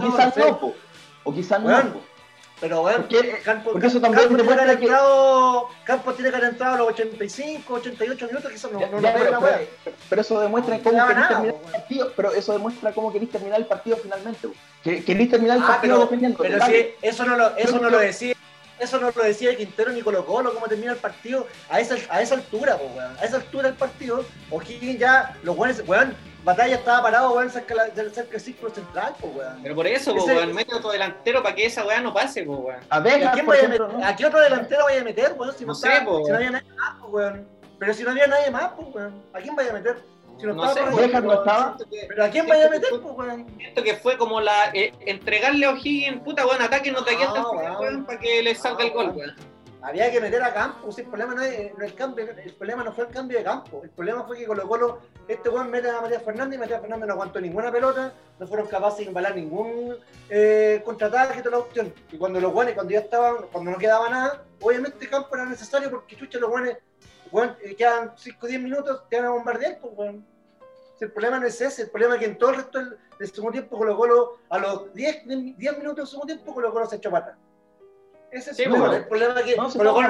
O quizás no. Pero bueno, porque eso también demuestra que Campos tiene calentado a los 85, 88 minutos, que eso no pero eso demuestra cómo querés terminar el partido. Pero eso demuestra cómo querés terminar el partido finalmente. Que querés terminar el partido defendiendo. Pero si eso no lo decía. Eso no lo decía Quintero ni Colo-Colo, cómo termina el partido a esa altura, weón. A esa altura del partido, O'Higgins ya, los weones, weón, Batalla estaba parado, weón, cerca del círculo central, weón. Pero por eso, weón, mete otro delantero para que esa weá no pase, weón. ¿A qué otro delantero vaya a meter, weón? Si no había nadie más, weón. Pero si no había nadie más, weón, ¿a quién vaya a meter? Si no estaba, pero ¿a quién vaya a meter, pues, weón? Siento que fue como entregarle a O'Higgins, puta, weón, ataque no te hasta el final, weón, para que le salga el gol, weón. Había que meter a Campos, el problema no es el cambio, el problema no fue el cambio de campo, el problema fue que Colo-Colo, este weón mete a Matías Fernández y Matías Fernández no aguantó ninguna pelota, no fueron capaces de embalar ningún contraataque, toda la opción. Y cuando los weones, cuando no quedaba nada, obviamente Campos era necesario porque chucha los weones, quedan 5 o 10 minutos, te van a bombardear, pues, weón. El problema no es ese, el problema es que en todo el resto del segundo tiempo Colo-Colo, a los 10 minutos del segundo tiempo, Colo-Colo se echó para atrás. Ese es el problema es que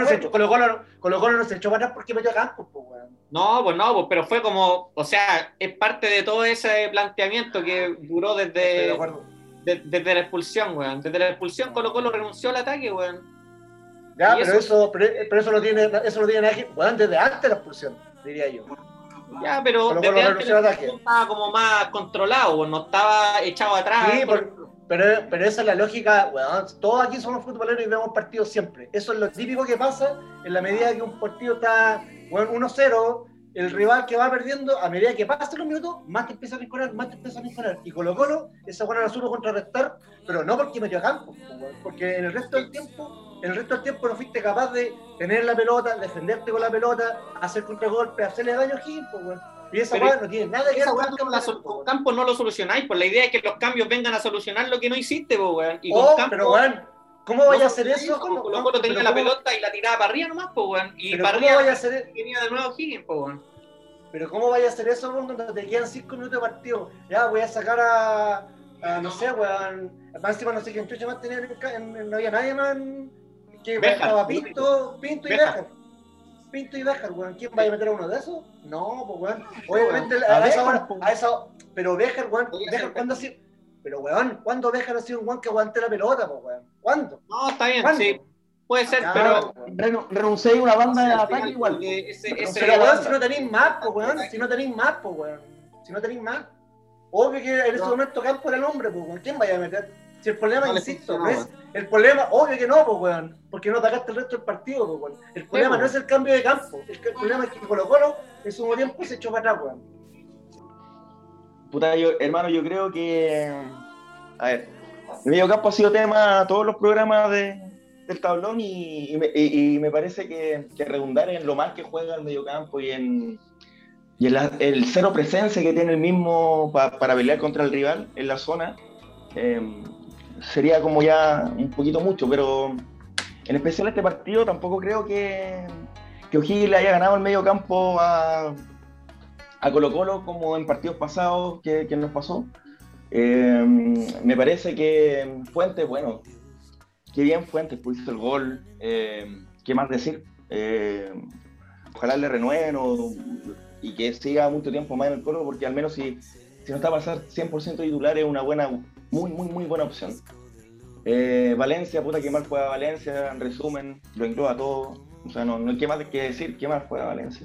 Colo-Colo no se echó para atrás porque metió a Campos, pues, weón. No, pero fue como, o sea, es parte de todo ese planteamiento que duró desde la expulsión, weón. Desde la expulsión Colo-Colo renunció al ataque, weón. Ya, pero eso no tiene nada que, weón, desde antes de la expulsión, diría yo. Ya, pero desde antes estaba como más controlado, no estaba echado atrás. Sí, pero esa es la lógica, weón. Todos aquí somos futboleros y vemos partidos siempre. Eso es lo típico que pasa en la medida que un partido está 1-0, el rival que va perdiendo, a medida que pasan los minutos, más te empieza a rinconar. Y Colo-Colo, esa buena la supo contrarrestar, pero no porque metió a campo, porque en el resto del tiempo no fuiste capaz de tener la pelota, defenderte con la pelota, hacer contragolpe, hacerle daño a O'Higgins, pues, y esa weá no tiene nada que ver con Campos, no lo solucionáis, pues la idea es que los cambios vengan a solucionar lo que no hiciste, pues, weón. Y con Campos, pero weón, ¿cómo vaya a hacer eso? Colo-Colo tenía la pelota y la tiraba para arriba nomás, pues, weón. Y para arriba venía de nuevo O'Higgins, pues, weón. Pero ¿cómo vaya a hacer eso, weón, cuando te quedan 5 minutos de partido? Ya, voy a sacar a no sé, weón. Más encima no sé quién chucha más tenía no había nadie más que estaba Pinto y Béjar. Pinto y Béjar, weón. ¿Quién vaya a meter a uno de esos? No, pues, weón. Obviamente a esa pero Béjar, weón, ¿cuándo ha sido? Pero, weón, ¿cuándo Béjar ha sido un weón que aguante la pelota, pues, weón? ¿Cuándo? No, está bien, sí. Puede ser, pero renuncié a una banda de ataque igual. Pero, weón, si no tenéis más, pues, weón. Si no tenéis más. Obvio que en ese momento Campo era el hombre, pues, ¿quién vaya a meter? Si el problema, insisto, no es el problema, obvio que no, pues, weón, porque no atacaste el resto del partido, pues, weón. El problema no es el cambio de campo, el problema es que Colo-Colo en su tiempo se echó para atrás, weón. Puta, hermano, yo creo que, a ver, el medio campo ha sido tema todos los programas del tablón y me parece que redundar en lo mal que juega el medio campo y en el cero presencia que tiene el mismo para pelear contra el rival en la zona, sería como ya un poquito mucho, pero en especial este partido tampoco creo que O'Higgins le haya ganado el medio campo a Colo-Colo como en partidos pasados que nos pasó. Me parece que Fuentes, bueno, qué bien Fuentes, pues hizo el gol, qué más decir, ojalá le renueven y que siga mucho tiempo más en el Colo, porque al menos si no está a pasar 100% titular es una buena, muy buena opción. Valencia, puta, qué mal juega Valencia, en resumen, lo engloba todo, o sea, no hay qué más que decir, qué mal juega Valencia.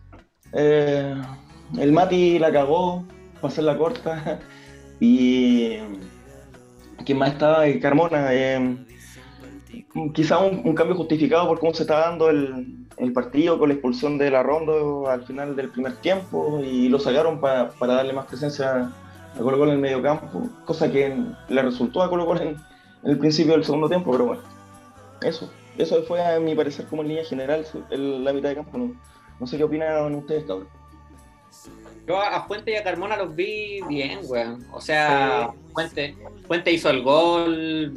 El Mati la cagó, para hacer la corta, y ¿quién más estaba? Carmona, quizá un cambio justificado por cómo se está dando el partido con la expulsión de la Rondo al final del primer tiempo y lo sacaron para darle más presencia a Colo-Colo en el medio campo, cosa que le resultó a Colo-Colo en el principio del segundo tiempo, pero bueno, eso fue a mi parecer como en línea general la mitad de campo. No sé qué opinan ustedes, cabrón. Yo a Fuente y a Carmona los vi bien, weón. O sea, Fuente hizo el gol,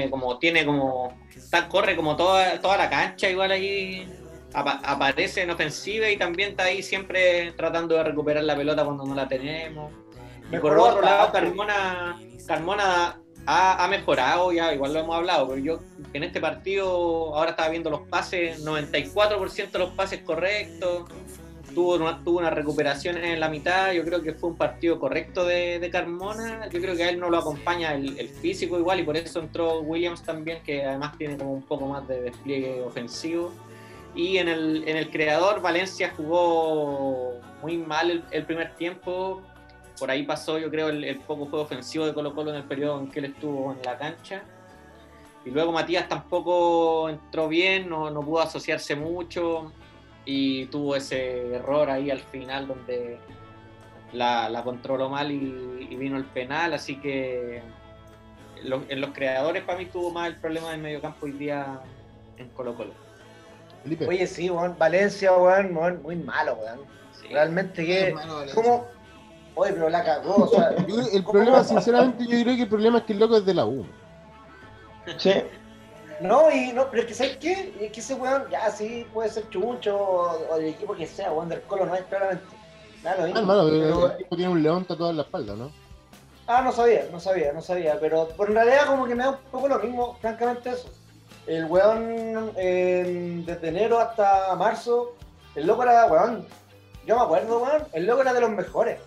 corre como toda la cancha, igual ahí aparece en ofensiva y también está ahí siempre tratando de recuperar la pelota cuando no la tenemos. Y por otro lado, Carmona ha mejorado, ya igual lo hemos hablado, pero yo en este partido ahora estaba viendo los pases, 94% de los pases correctos. Tuvo una recuperación en la mitad. Yo creo que fue un partido correcto de Carmona. Yo creo que a él no lo acompaña el físico igual y por eso entró Williams también, que además tiene como un poco más de despliegue ofensivo. Y en el creador, Valencia jugó muy mal el primer tiempo. Por ahí pasó, yo creo, el poco juego ofensivo de Colo-Colo en el periodo en que él estuvo en la cancha. Y luego Matías tampoco entró bien, no pudo asociarse mucho. Y tuvo ese error ahí al final donde la controló mal y vino el penal, así que en los creadores para mí tuvo más el problema del mediocampo hoy día en Colo-Colo. Felipe. Oye, sí, weón, Valencia, weón, muy malo, weón. Sí. Realmente que... Malo, Valencia. ¿Cómo? Oye, pero la cagó, o sea... El problema, sinceramente, yo diría que el problema es que el loco es de la U. Sí. No, pero es que ¿sabes qué? Es que ese weón ya sí puede ser Chucho o del equipo que sea, weón del Colo no es claramente. Nada, lo mismo. Hermano, pero el tipo tiene un león tatuado en la espalda, ¿no? No sabía, pero en realidad como que me da un poco lo mismo, francamente eso. El weón desde enero hasta marzo, el loco era, weón, yo me acuerdo, weón, el loco era de los mejores.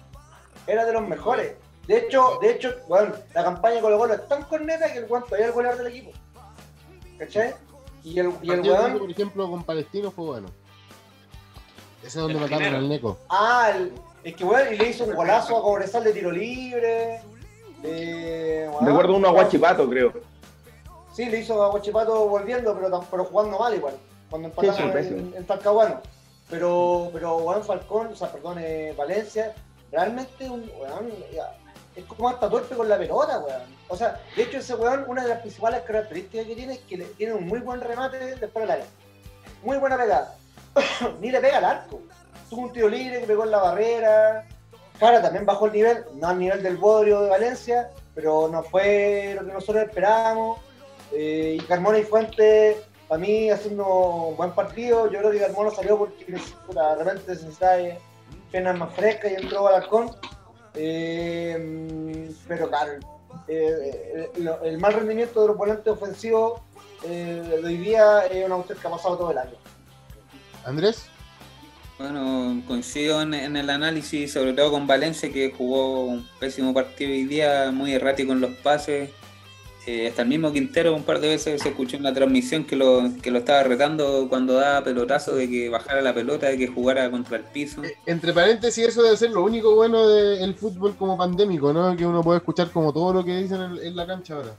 De hecho, weón, la campaña de Colo-Colo es tan corneta que el weón todavía es el goleador del equipo. ¿Cachai? Y el weón... Por ejemplo, con Palestino fue bueno. Ese es donde mataron al Neco. Es que weón, y le hizo un golazo a Cobresal de tiro libre. Recuerdo uno a Huachipato, creo. Sí, le hizo a Huachipato volviendo, pero jugando mal igual. Cuando empataron en Talcahuano. Pero weón, Valencia, realmente weón, es como hasta torpe con la pelota, weón. O sea, de hecho ese weón, una de las principales características que tiene es que tiene un muy buen remate después del área. Muy buena pegada. Ni le pega al arco. Tuvo un tiro libre que pegó en la barrera. Claro, también bajó el nivel, no al nivel del Bodrio de Valencia, pero no fue lo que nosotros esperábamos. Y Carmona y Fuentes, para mí, haciendo un buen partido. Yo creo que Carmona salió porque de repente necesitaba penas más frescas y entró Alarcón. Pero claro, el mal rendimiento de los volantes ofensivos de hoy día es una cuestión que ha pasado todo el año. ¿Andrés? Bueno, coincido en el análisis, sobre todo con Valencia, que jugó un pésimo partido hoy día, muy errático en los pases. Hasta el mismo Quintero un par de veces se escuchó en la transmisión que lo estaba retando cuando daba pelotazo de que bajara la pelota, de que jugara contra el piso. Entre paréntesis, eso debe ser lo único bueno del fútbol como pandémico, ¿no? Que uno puede escuchar como todo lo que dicen en la cancha ahora.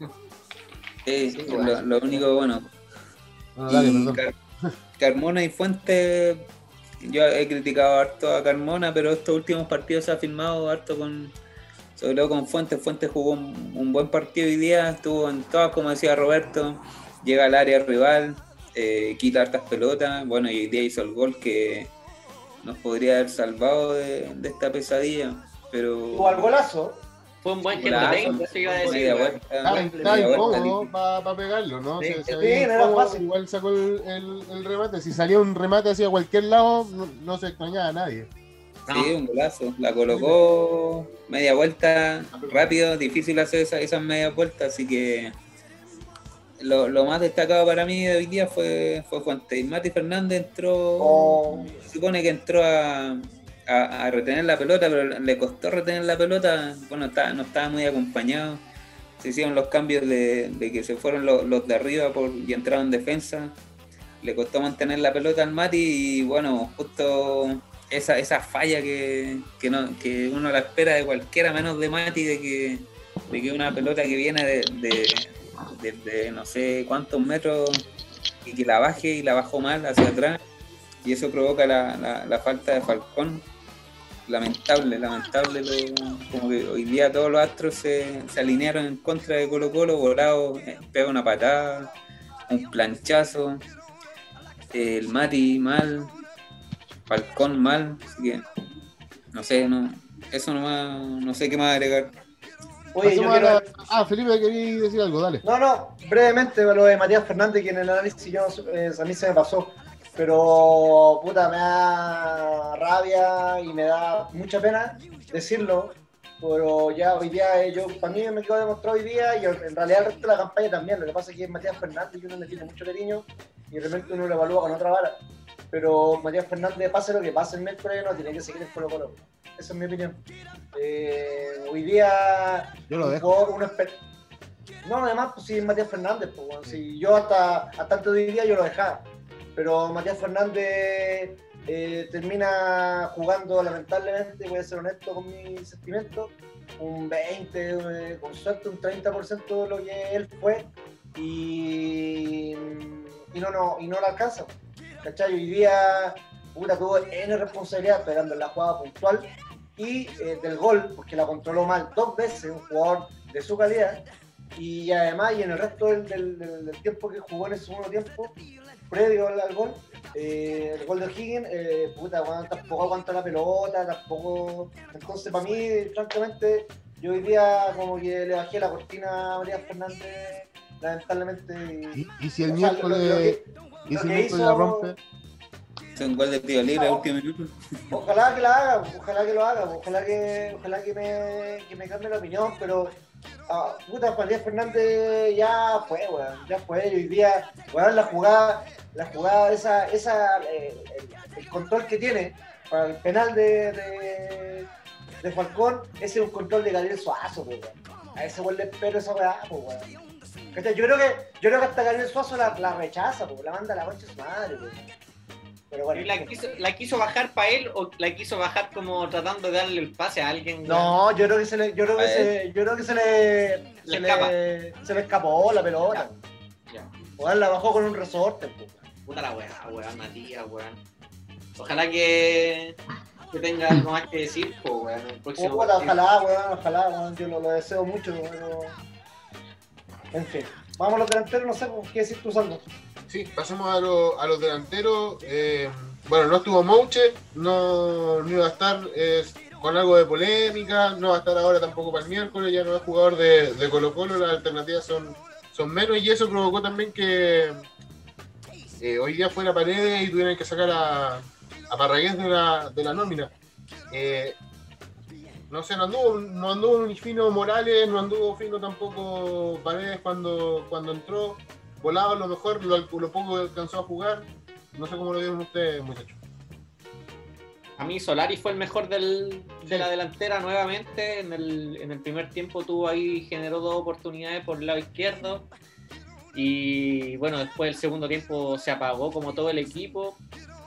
Sí, lo único bueno. Dale, Carmona y Fuentes, yo he criticado harto a Carmona, pero estos últimos partidos se ha firmado harto sobre todo con Fuentes. Fuentes jugó un buen partido hoy día, estuvo en todas, como decía Roberto, llega al área rival, quita hartas pelotas, bueno, y hoy día hizo el gol que nos podría haber salvado de esta pesadilla, pero... O al golazo. Fue un buen gesto técnico, eso iba a decir. Está incómodo para pegarlo, ¿no? Sí, Se veía era incómodo, fácil. igual sacó el remate. Si salía un remate hacia cualquier lado, no se extrañaba a nadie. Sí, un golazo. La colocó media vuelta, rápido, difícil hacer esas medias vueltas, así que lo más destacado para mí de hoy día fue Fuentes. Y Mati Fernández entró, se supone que entró a retener la pelota, pero le costó retener la pelota. Bueno, no estaba muy acompañado. Se hicieron los cambios de que se fueron los de arriba y entraron en defensa. Le costó mantener la pelota al Mati y bueno, justo esa falla que uno la espera de cualquiera menos de Mati, de que una pelota que viene de no sé cuántos metros y que la baje, y la bajó mal hacia atrás, y eso provoca la falta de Falcón. Lamentable, como que hoy día todos los astros se alinearon en contra de Colo-Colo. Volado pega una patada, un planchazo, el Mati mal, Falcón mal, así que No sé, no, eso nomás, no sé qué más agregar. Oye, yo Pasemos quiero... Felipe, quería decir algo, dale. No, brevemente lo de Matías Fernández, que en el análisis a mí se me pasó. Pero, puta, me da rabia y me da mucha pena decirlo. Pero ya hoy día, para mí me quedó demostrado hoy día y en realidad el resto de la campaña también. Lo que pasa es que es Matías Fernández y uno le tiene mucho cariño y de repente uno lo evalúa con otra vara. Pero Matías Fernández, pase lo que pase el miércoles, no tiene que seguir en Colo-Colo. Esa es mi opinión. Hoy día... Yo lo dejo. No, además, pues sí, Matías Fernández. Pues, bueno, si yo hasta antes de hoy día yo lo dejaba. Pero Matías Fernández termina jugando, lamentablemente, voy a ser honesto con mis sentimientos, un 20, con suerte un 30% de lo que él fue y no lo alcanza. ¿Cachai? Hoy día puta, tuvo N responsabilidad pegando en la jugada puntual y del gol, porque la controló mal 2 veces, un jugador de su calidad. Y además, y en el resto del tiempo que jugó en ese segundo tiempo, previo al gol, el gol de O'Higgins, puta, bueno, tampoco aguanta la pelota, tampoco. Entonces, para mí, francamente, yo hoy día como que le bajé la cortina a Matías Fernández, lamentablemente. ¿Y si el miércoles la rompe? Es un gol de tiro libre al último minuto. Ojalá que la haga, ojalá que me cambie la opinión, pero puta, Matías Fernández ya fue, weón, ya fue. Y hoy día, weón, la jugada esa el control que tiene para el penal de Falcón, ese es un control de Gabriel Suazo, weón. A ese weón le espero esa weá, weón. Yo creo que hasta Gabriel Suazo la rechaza, weón, la manda a la concha de su madre, weón. Pero bueno, ¿La quiso bajar para él o la quiso bajar como tratando de darle el pase a alguien? No, yo creo que se le escapó la pelota. Ya. O la bajó con un resorte, Puta la weón, Matías, weón. Ojalá que tenga algo más que decir, pues, weón, el próximo ojalá, weón, yo lo deseo mucho, pero... En fin, vamos a los delanteros, no sé, ¿qué decir tú, Sandro? Sí, pasemos a los delanteros. Bueno, no estuvo Mouche, no iba a estar con algo de polémica, no va a estar ahora tampoco para el miércoles, ya no es jugador de Colo-Colo, las alternativas son menos y eso provocó también que hoy día fuera Paredes y tuvieran que sacar a Parragués de la nómina. No sé, no anduvo ni fino Morales, no anduvo fino tampoco Paredes cuando entró. Volado a lo mejor, lo poco que alcanzó a jugar. No sé cómo lo vieron ustedes, muchachos. A mí Solari fue el mejor de la delantera nuevamente. En el primer tiempo generó 2 oportunidades por el lado izquierdo. Y bueno, después el segundo tiempo se apagó como todo el equipo.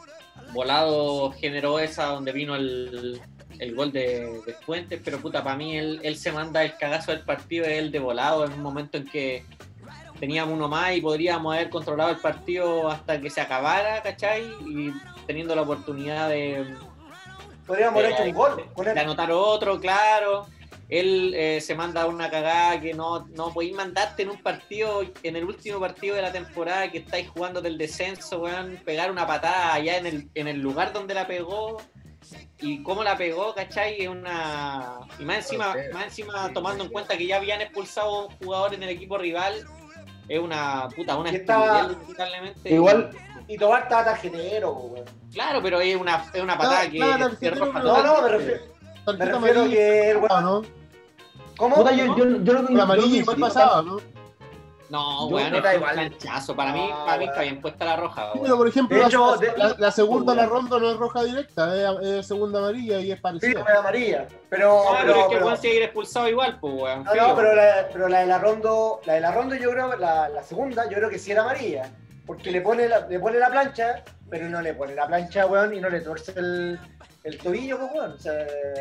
Volado generó esa donde vino el gol de Fuentes, pero puta, para mí él se manda el cagazo del partido, es el de Volado, en un momento en que teníamos uno más y podríamos haber controlado el partido hasta que se acabara, ¿cachai? Y teniendo la oportunidad podríamos haber hecho un gol de anotar otro, claro. Él se manda una cagada que no podéis mandarte en un partido, en el último partido de la temporada que estáis jugando del descenso, weón, pegar una patada allá en el lugar donde la pegó y cómo la pegó, ¿cachai? Es una... Y más encima tomando en cuenta que ya habían expulsado un jugador en el equipo rival, es una estupidez, lamentablemente. Igual, y Tobar estaba tarjetero, weón. Claro, pero es una patada que... No, me refiero que el weón... ¿no? ¿Cómo? Puta, yo La amarilla igual pasaba, ¿no? No, weón, es un planchazo. Para mí está bien puesta la roja, weón. Pero por ejemplo, De hecho, la segunda la ronda no es roja directa, es segunda amarilla y es Sí, parecida. es amarilla. Pero es que pueden seguir expulsado igual, pues, weón. No, pero la de la Rondo yo creo, la segunda, yo creo que sí era amarilla. Porque le pone la plancha, pero no le pone la plancha, weón, y no le torce el tobillo, pues, weón. O sea,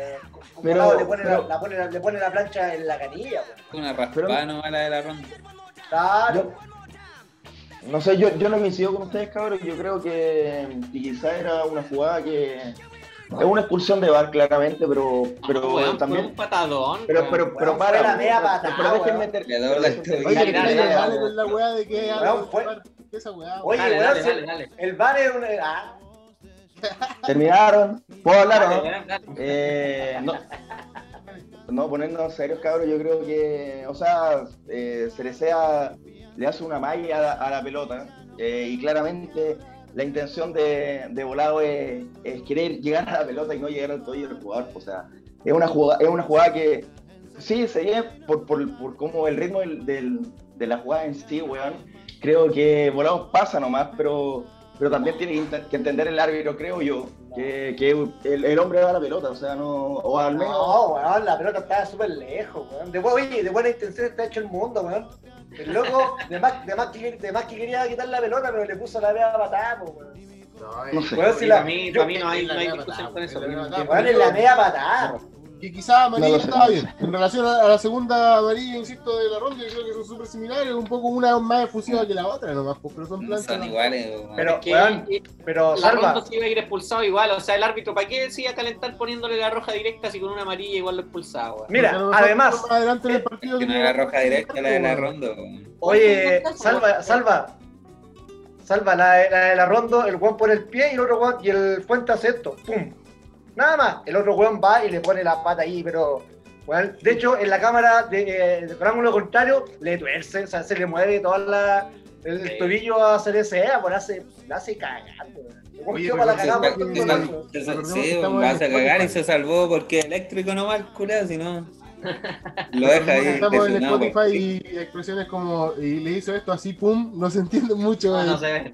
le pone la plancha en la canilla, weón. Una raspada nomás la de la Ronda. Claro. No sé, yo no coincido con ustedes, cabros. Yo creo que quizá era una jugada que es una expulsión de VAR claramente, pero weón, también fue un patadón. pero para la media patada, pero dejen weón. meter. Oye, dale con la weá de que Weón, fue- esa weá. Oye, Dale, weón, dale. el VAR es una... Terminaron. ¿Puedo hablar o no? Dale, dale. No, poniéndonos serios, cabros, yo creo que, o sea, Cerecea le hace una malla a la pelota y claramente la intención de Volado es querer llegar a la pelota y no llegar al tobillo del jugador. O sea, es una jugada que sí se viene por como el ritmo de la jugada en sí, weón. Creo que Volado pasa nomás, pero también tiene que entender el árbitro, creo yo, que el hombre va a la pelota, o sea, no, o al menos... No, weón, la pelota estaba súper lejos, weón. De buena intención está hecho el mundo, weón. El loco, de más que quería quitar la pelota, pero le puso la media patada, weón. No sé. Weón, Sí, para mí no hay discusión con eso. Weón, es la media patada. Que quizás amarilla No lo sé. estaba bien. En relación a la segunda amarilla, insisto, de la ronda, yo creo que son súper similares, un poco una más efusiva que la otra nomás, pues, pero son No planchas. son iguales, weón. Pero, Es que- weón, pero La Salva, Rondo se iba a ir expulsado igual, o sea, el árbitro, ¿para qué decía calentar poniéndole la roja directa si con una amarilla igual lo expulsaba, weón? mira, Porque a lo mejor además, más adelante en el partido Que no era roja directa la de la ronda, weón. oye, Salva, la de la Rondo, el weón pone el pie y el otro weón, y el Fuente hace esto, pum. Nada más, el otro weón va y le pone la pata ahí, pero, weón, de hecho, en la cámara de ángulo contrario, le tuerce, o sea, se le mueve toda el tobillo a Cerecea, pues la hace cagando, weón. El weón Oye, quedó pero para la se cagada está- por todo el rato. Sí, vas a cagar y se salvó porque eléctrico nomás, culero, si no. Lo deja ahí. Estamos en lesionado, Spotify y expresiones como, y le hizo esto así, pum, no se entiende mucho. No, no se ve.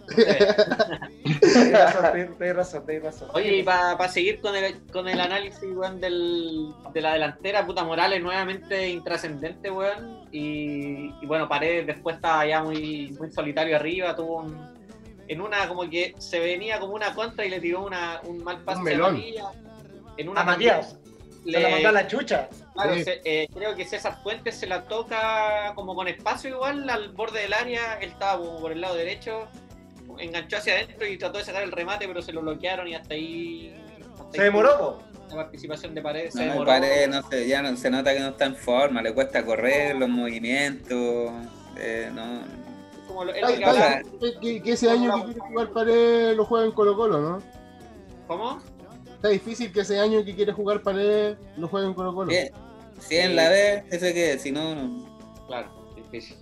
Tenés razón. Oye, y para seguir con el análisis, weón, de la delantera, puta Morales nuevamente intrascendente, weón. Y bueno, Paredes después estaba ya muy solitario arriba, tuvo en una como que se venía como una contra y le tiró un mal pase Un melón. a Matías. En una A Matías, se la mandó a la chucha. Claro, Sí. creo que César Fuentes se la toca como con espacio igual al borde del área, él estaba como por el lado derecho, enganchó hacia adentro y trató de sacar el remate, pero se lo bloquearon y hasta ahí Se demoró, po. la participación de Paredes. Se No, demoró. Paredes, no sé, ya no, se nota que no está en forma, le cuesta correr, los movimientos, no. Como es Ay, lo que hablaba. que ese año que quiere jugar Paredes lo juega en Colo Colo, ¿no? ¿Cómo? Está difícil que ese año que quiere jugar Paredes lo juegue en Colo Colo. Si en la B, ese que, si no, no. Claro, difícil.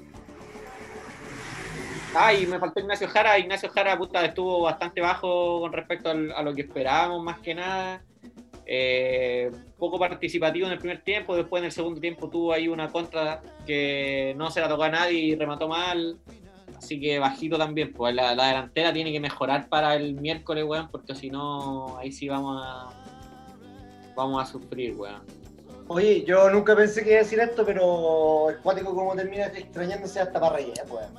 Y me faltó Ignacio Jara, puta, estuvo bastante bajo con respecto a lo que esperábamos, más que nada. Poco participativo en el primer tiempo, después en el segundo tiempo tuvo ahí una contra que no se la tocó a nadie y remató mal. Así que bajito también, pues la delantera tiene que mejorar para el miércoles, weón, porque si no, ahí sí vamos a sufrir, weón. Oye, yo nunca pensé que iba a decir esto, pero el cuático como termina extrañándose hasta para reír, pues.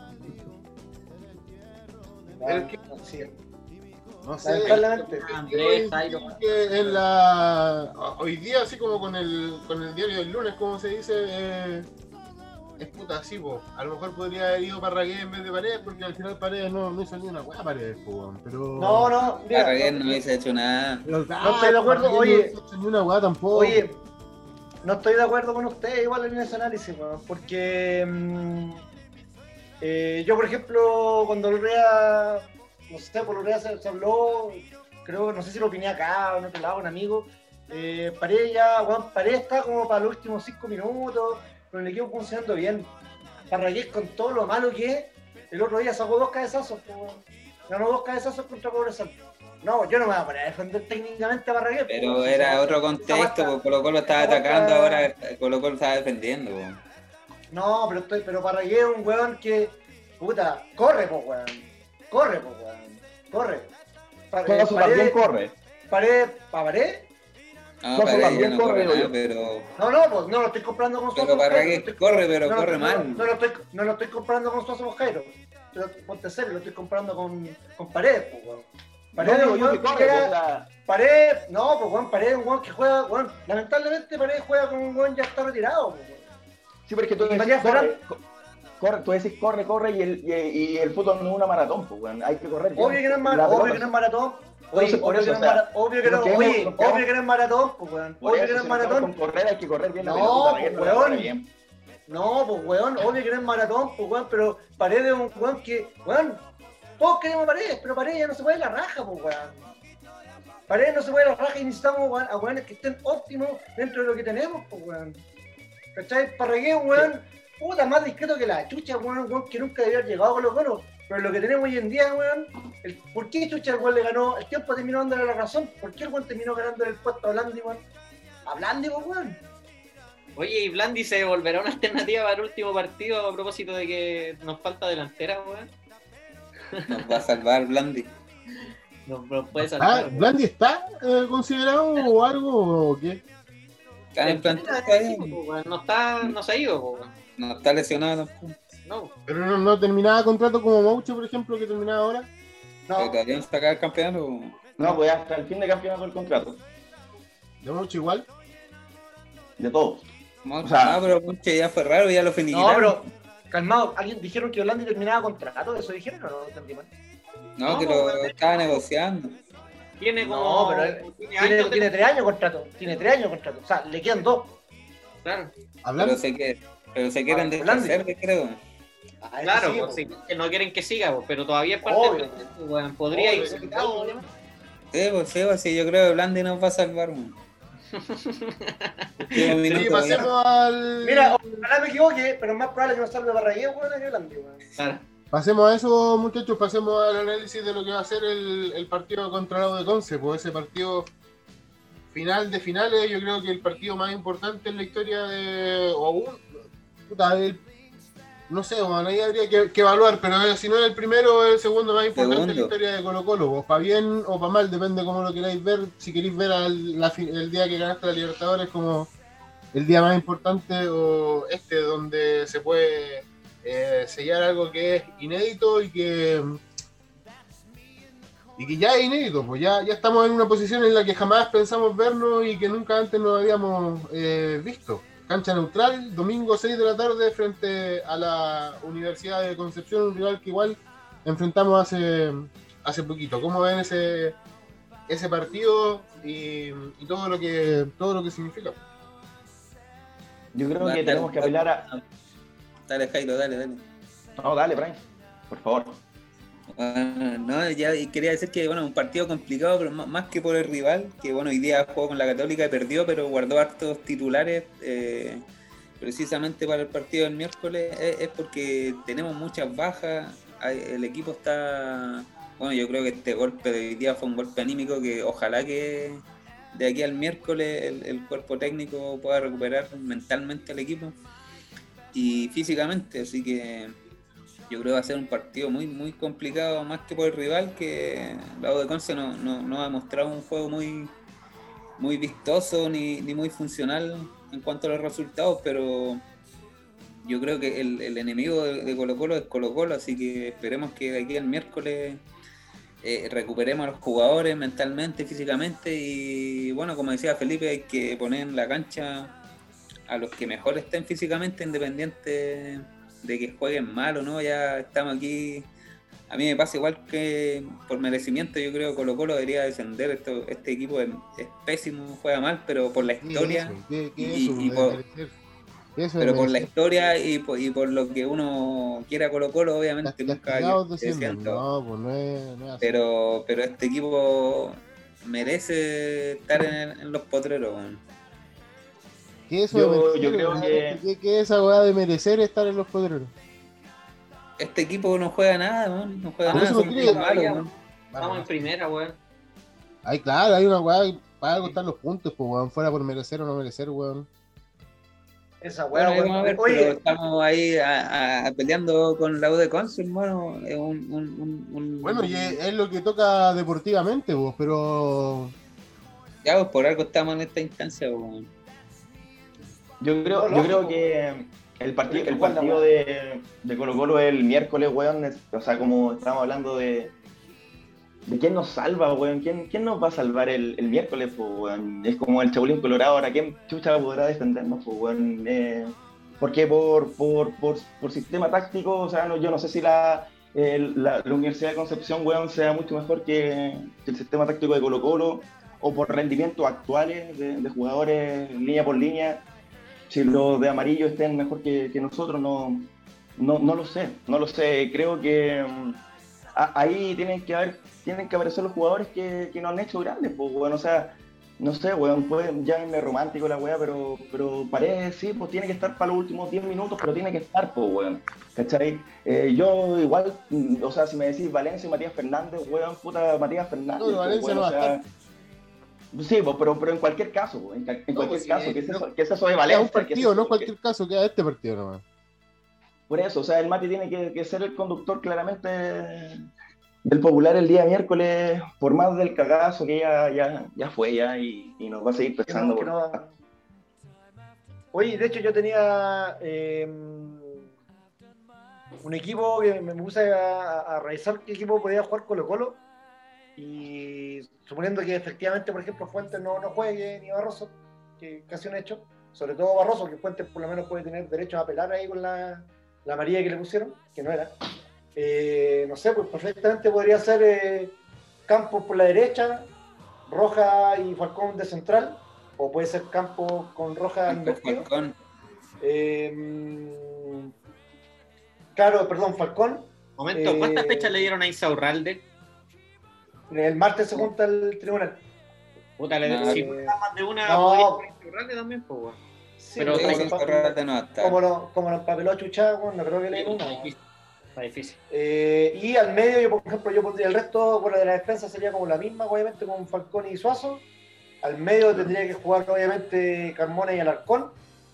Pero que- Sí. No sé. Lamentablemente. Andrés, Jairo. Que hoy día, así como con el diario del lunes, como se dice, es puta así, po. A lo mejor podría haber ido Parragués en vez de Paredes, porque al final Paredes no hizo ni una hueá Paredes, po, weón. Pero. No, mira, Parragués no hubiese hecho nada. Pero, no estoy de acuerdo, Parragués oye. No hizo ni una hueá tampoco. Oye, no estoy de acuerdo con ustedes igual en ese análisis, weón, porque yo, por ejemplo, cuando Lorrea, no sé, por Lorrea se habló, creo, no sé si lo opiné acá o en otro lado, un amigo, Paredes está como para los últimos 5 minutos, con el equipo funcionando bien. Parragués con todo lo malo que es, el otro día sacó 2 cabezazos, ganó 2 cabezazos contra Cobresal. No, yo no me voy a poner a defender técnicamente a Parragués. Pero era otro contexto, porque Colo Colo estaba atacando, ahora Colo Colo estaba defendiendo. Po. No, pero Parragués es un weón que, puta, corre, weón. Corre. Coso también corre. Paredes. No, Coso Paredes también ya no corre corre, nada, yo. pero No lo estoy comprando con Pero Suazo Parragués Mosquero, corre, pero corre mal. No lo estoy comprando con Suazo Mosquero. Ponte serio, lo estoy comprando con Paredes, weón. Paredes, No, digo yo weón, que corre, que o era- sea, Paredes, no, pues weón, Paredes es un weón que juega, weón. Lamentablemente Paredes juega con un weón ya está retirado, weón. sí, pero es que tú Y decís Matías corre, tú decís corre y el fútbol no es una maratón, pues, weón, hay que correr. Obvio que no es maratón. Obvio que no es maratón. Entonces, por eso, o sea, Obvio que no es maratón, pues, weón. Obvio que no es Con maratón. correr hay que correr bien la No, pelota, pues, no la corre weón. bien. No, pues, weón, obvio que no es maratón, pues, weón, pero Paredes es un weón que, weón, todos queremos a Paredes, pero Paredes ya no se puede la raja, pues, weón. Paredes no se puede la raja y necesitamos weón, a weones que estén óptimos dentro de lo que tenemos, pues weón. ¿Cachai? Parragués, weón, puta, más discreto que la chucha, weón, que nunca debió haber llegado a Colo-Colo. Pero lo que tenemos hoy en día, weón, ¿por qué chucha el weón le ganó? El tiempo terminó dándole la razón. ¿Por qué el weón terminó ganándole el puesto a Blandi, weón? A Blandi, weón. Oye, ¿y Blandi se volverá una alternativa para el último partido a propósito de que nos falta delantera, weón? Nos va a salvar Blandi. Nos puede salvar. Ah, ¿Blandi está considerado o algo o qué? Está en plantel, está bien. No se ha ido, weón. No está lesionado tampoco. No. Pero no terminaba contrato como Mouche, por ejemplo, que terminaba ahora. Pero No, todavía no está acá el campeonato. No, pues hasta el fin de campeonato el contrato. De Mouche igual. De todos. No, O sea, no, pero Monche ya fue raro, ya lo no, finiquitaron. pero, calmado, ¿alguien dijeron que Blandi terminaba contrato? ¿Eso dijeron o no? Entendí mal. No, que lo estaba negociando. Tiene como. No, pero él tiene 3 años de contrato. Tiene 3 años de contrato. O sea, le quedan 2. Claro, Hablando. Pero se quieren deshacer, creo. claro, sí, pues, sí, que no quieren que siga, pues, pero todavía es parte Obvio. del proceso, weón. Podría Obvio, irse sí, quitado, sí. ¿no? Sí, pues sí, yo creo que Blandi nos va a salvar. Man. Último Sí, minuto, pasemos al. Mira, ojalá me equivoque, pero es más probable que no salga Parragués, weón, que Blandi, weón. Claro. Pasemos a eso, muchachos, pasemos al análisis de lo que va a ser el partido contra la U de Conce, pues ese partido final de finales, yo creo que el partido más importante en la historia de... no sé, bueno, ahí habría que evaluar, pero si no es el primero, es el segundo más importante en la historia de Colo-Colo, pues para bien o para mal, depende cómo lo queráis ver, si queréis ver el día que ganaste la Libertadores como el día más importante o donde se puede... sellar algo que es inédito y que ya es inédito, pues ya estamos en una posición en la que jamás pensamos vernos y que nunca antes nos habíamos visto. Cancha neutral, domingo 6 de la tarde frente a la Universidad de Concepción, un rival que igual enfrentamos hace poquito. ¿Cómo ven ese partido y todo lo que significa? Yo creo que tenemos que apelar a... Dale, Jairo, dale. No, dale, Brian, por favor. Bueno, no, ya quería decir que bueno, un partido complicado, pero más que por el rival, que bueno, hoy día jugó con la Católica y perdió, pero guardó hartos titulares precisamente para el partido del miércoles, es porque tenemos muchas bajas, el equipo está, bueno, yo creo que este golpe de hoy día fue un golpe anímico que ojalá que de aquí al miércoles el cuerpo técnico pueda recuperar mentalmente al equipo y físicamente, así que yo creo que va a ser un partido muy muy complicado, más que por el rival, que la U de Conce no ha mostrado un juego muy vistoso ni muy funcional en cuanto a los resultados, pero yo creo que el enemigo de Colo-Colo es Colo-Colo, así que esperemos que de aquí al miércoles recuperemos a los jugadores mentalmente, físicamente, y bueno, como decía Felipe, hay que poner en la cancha a los que mejor estén físicamente, independiente de que jueguen mal o no. Ya estamos aquí, a mí me pasa igual que por merecimiento, yo creo que Colo-Colo debería descender. Este equipo es pésimo, juega mal, pero por la historia pero por la historia y por lo que uno quiera Colo-Colo, obviamente nunca diciendo, no, pues no es así. pero este equipo merece estar en los potreros, bueno. ¿Qué es eso yo creo que... ¿Qué es esa weá de merecer estar en los potreros? Este equipo no juega nada, man. No juega Por nada, eso son creo, muy malos, man. Vamos en primera, weón. Ay, claro, hay una weá para algo están los puntos, pues weón, fuera por merecer o no merecer, weón. Esa weá, Bueno, vamos a ver, weón. pero Oye, estamos ahí peleando con la U de Conce, hermano. Es Bueno, y es lo que toca deportivamente, pues, pero... Ya, pues por algo estamos en esta instancia, pues. Yo creo que el partido de Colo-Colo el miércoles, weón, o sea, como estábamos hablando de quién nos salva, weón, quién nos va a salvar el miércoles, pues, weón. Es como el Chapulín Colorado, ahora quién chucha podrá defendernos, pues, weón. Porque por sistema táctico, o sea, yo no sé si la Universidad de Concepción, weón, sea mucho mejor que el sistema táctico de Colo-Colo, o por rendimientos actuales de jugadores línea por línea. Si los de amarillo estén mejor que nosotros, no lo sé. Creo que ahí tienen que aparecer los jugadores que nos han hecho grandes, pues, weón, o sea, no sé, weón, pueden llámenme romántico la weá, pero Paredes sí, pues tiene que estar para los últimos 10 minutos, pero tiene que estar, pues, weón, ¿cachai? Yo igual, o sea, si me decís Valencia y Matías Fernández, weón, puta, Matías Fernández, No, Valencia weón, no va a estar. Sí, pues, pero en cualquier caso, en cualquier pues, caso, sí, ¿qué es eso de Queda Valencia? un partido, no cualquier caso, queda este partido nomás. Por eso, o sea, el Mati tiene que ser el conductor claramente del Popular el día miércoles, por más del cagazo que ya fue y nos va a seguir pesando. Oye, de hecho yo tenía un equipo que me puse a revisar qué equipo podía jugar Colo-Colo, y suponiendo que efectivamente, por ejemplo, Fuentes no juegue, ni Barroso, que casi un hecho, sobre todo Barroso, que Fuentes por lo menos puede tener derecho a apelar ahí con la amarilla que le pusieron, que no era. No sé, pues perfectamente podría ser Campos por la derecha, Roja y Falcón de central, o puede ser Campos con Roja invertido. Falcón. Claro, perdón, Falcón. Momento, ¿cuántas fechas le dieron a Insaurralde? El martes se junta el tribunal. Puta, si no da más de una, No. podría ser Insaurralde también, pues, weón. Sí, Pero como lo empapeló a Chuchá, no creo que le den una. Está difícil. Y al medio, yo por ejemplo, yo pondría el resto, por la de la defensa sería como la misma, obviamente, con Falcón y Suazo. Al medio tendría que jugar, obviamente, Carmona y Alarcón.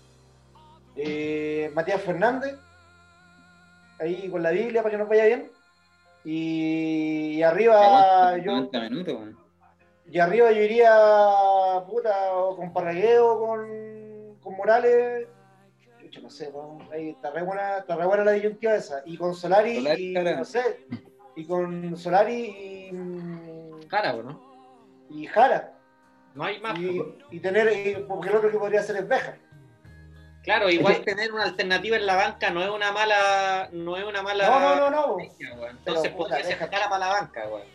Matías Fernández, ahí con la Biblia para que nos vaya bien. Y arriba yo. Y arriba yo iría, puta, o con Parragueo, con Morales. Yo no sé, ahí está re buena la disyuntiva esa. Y con Solari y Jara. no sé. Y con Solari Jara, ¿no? y Jara. No hay más. Y tener, porque el otro que podría ser es Béjar. Claro, igual tener una alternativa en la banca no es una mala. No. Entonces podría ser Jara para la banca, weón.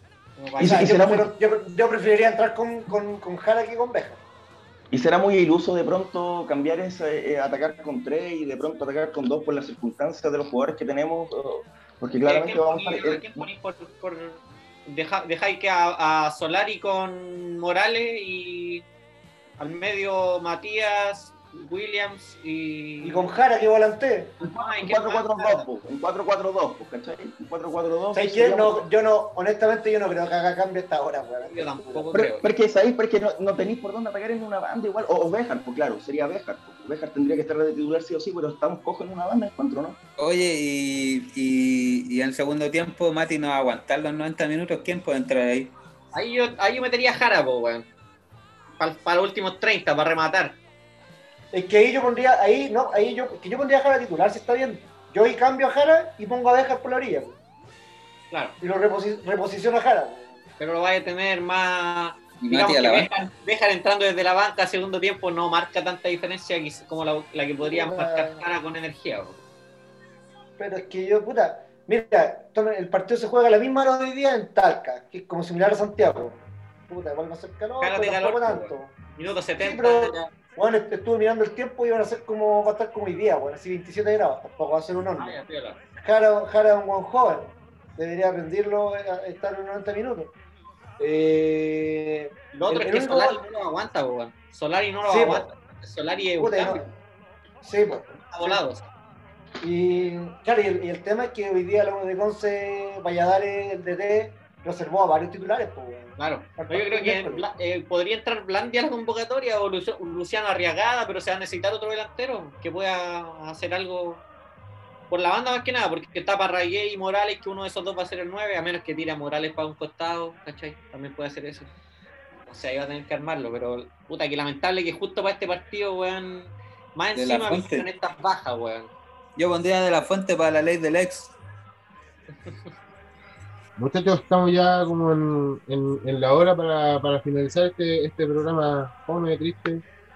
Yo preferiría entrar con Jara que con Béjar. Y será muy iluso de pronto cambiar atacar con 3 y de pronto atacar con 2 por las circunstancias de los jugadores que tenemos, porque claramente vamos a estar... Dejáis que a Solari con Morales y al medio Matías, Williams y con Jara que volantee. En 4-4-2, ¿cachai? En 4-4-2. ¿Sabes qué? Honestamente yo no creo que haga cambio a esta hora, weón. Yo tampoco creo. Porque no tenéis por dónde atacar en una banda igual, o Béjar, pues claro, sería Béjar. Béjar tendría que estar de titular sí o sí, pero estamos cojos en una banda de encuentro, ¿no? Oye, y en el segundo tiempo Mati no va a aguantar los 90 minutos, ¿quién puede entrar ahí? Ahí yo metería a Jara, po, weón. Para los últimos 30, para rematar. Es que ahí yo pondría, yo pondría a Jara titular, si está bien. Yo ahí cambio a Jara y pongo a Béjar por la orilla. Pues. Claro. Y lo reposiciono a Jara. Pero lo vaya a tener más. Y Digamos Mati a que la Béjar entrando desde la banca segundo tiempo no marca tanta diferencia como la que podría marcar Jara con energía. Bro. Pero es que yo, puta, mira, el partido se juega a la misma hora de hoy día en Talca, que es como similar a Santiago. Puta, igual va a ser calor, pero tampoco tanto. Minuto 70. Sí, pero, bueno, estuve mirando el tiempo y va a estar como hoy día, bueno, así 27 grados, tampoco va a ser un horno. Jara es un buen joven, debería aprenderlo, estar en 90 minutos. Lo otro es que Solari no lo aguanta, weón. Solari no lo aguanta. Solari es un cambio. Sí, pues. Volados. Y claro, y el tema es que hoy día la U de Conce, Valladares, el DT, reservó a varios titulares, pues, weón. Claro. Yo creo que podría entrar Blandi a la convocatoria o Luciano Arriagada, pero se va a necesitar otro delantero que pueda hacer algo por la banda más que nada, porque está Parragué y Morales, que uno de esos dos va a ser el 9, a menos que tire a Morales para un costado, ¿cachai? También puede hacer eso. O sea, iba a tener que armarlo, pero puta, que lamentable que justo para este partido, weón, más de encima vienen estas bajas, weón. Yo pondría De La Fuente para la ley del ex. Muchachos, estamos ya como en la hora para finalizar este programa fome, triste.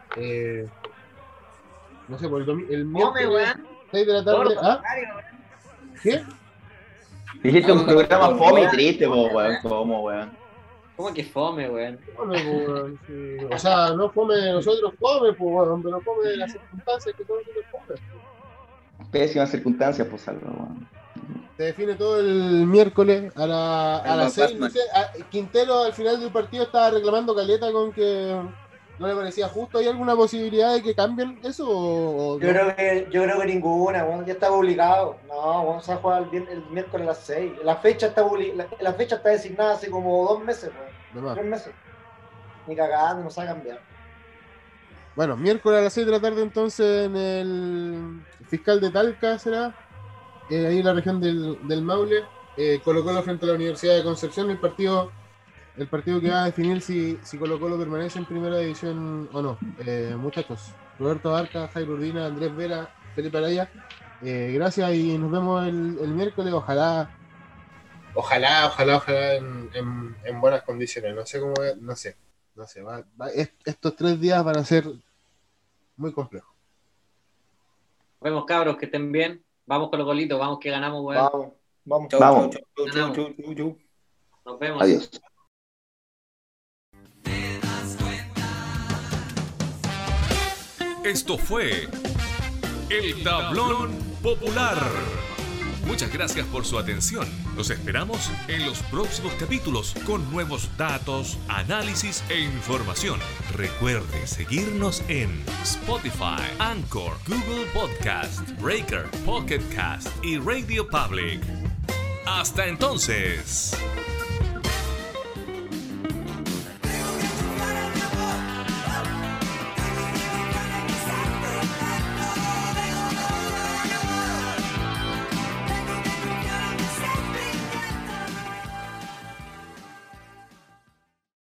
No sé, por el miércoles 6 de la tarde. ¿Ah? ¿Qué? Dijiste un programa fome y triste, weón. ¿Cómo, weón? ¿Cómo que fome, weón? Fome, weón, sí. O sea, no fome de nosotros, fome, pues, weón, pero fome de las circunstancias que todos nosotros fome. Pésimas circunstancias, pues, algo, weón. Se define todo el miércoles a las 6. No sé, Quintero al final del partido estaba reclamando caleta con que no le parecía justo. ¿Hay alguna posibilidad de que cambien eso? O yo, no? creo que ninguna, bueno, ya está publicado. No, vamos a jugar el miércoles a las 6. La fecha está designada hace como 2 meses, bueno, 3 meses. Ni cagando, no se va a cambiar. Bueno, miércoles a las 6 de la tarde entonces en el Fiscal de Talca será. Ahí en la región del Maule, Colo-Colo frente a la Universidad de Concepción, el partido que va a definir si Colo-Colo permanece en primera división o no. Muchachos, Roberto Barca, Jairo Urdina, Andrés Vera, Felipe Araya, gracias y nos vemos el miércoles, ojalá en buenas condiciones. No sé cómo, no sé, estos 3 días van a ser muy complejos. Nos vemos, cabros, que estén bien. Vamos con los golitos, vamos que ganamos, weón. Vamos. Chau. Nos vemos. Adiós. Esto fue El Tablón Popular. Muchas gracias por su atención. Los esperamos en los próximos capítulos con nuevos datos, análisis e información. Recuerde seguirnos en Spotify, Anchor, Google Podcast, Breaker, Pocket Cast y Radio Public. Hasta entonces.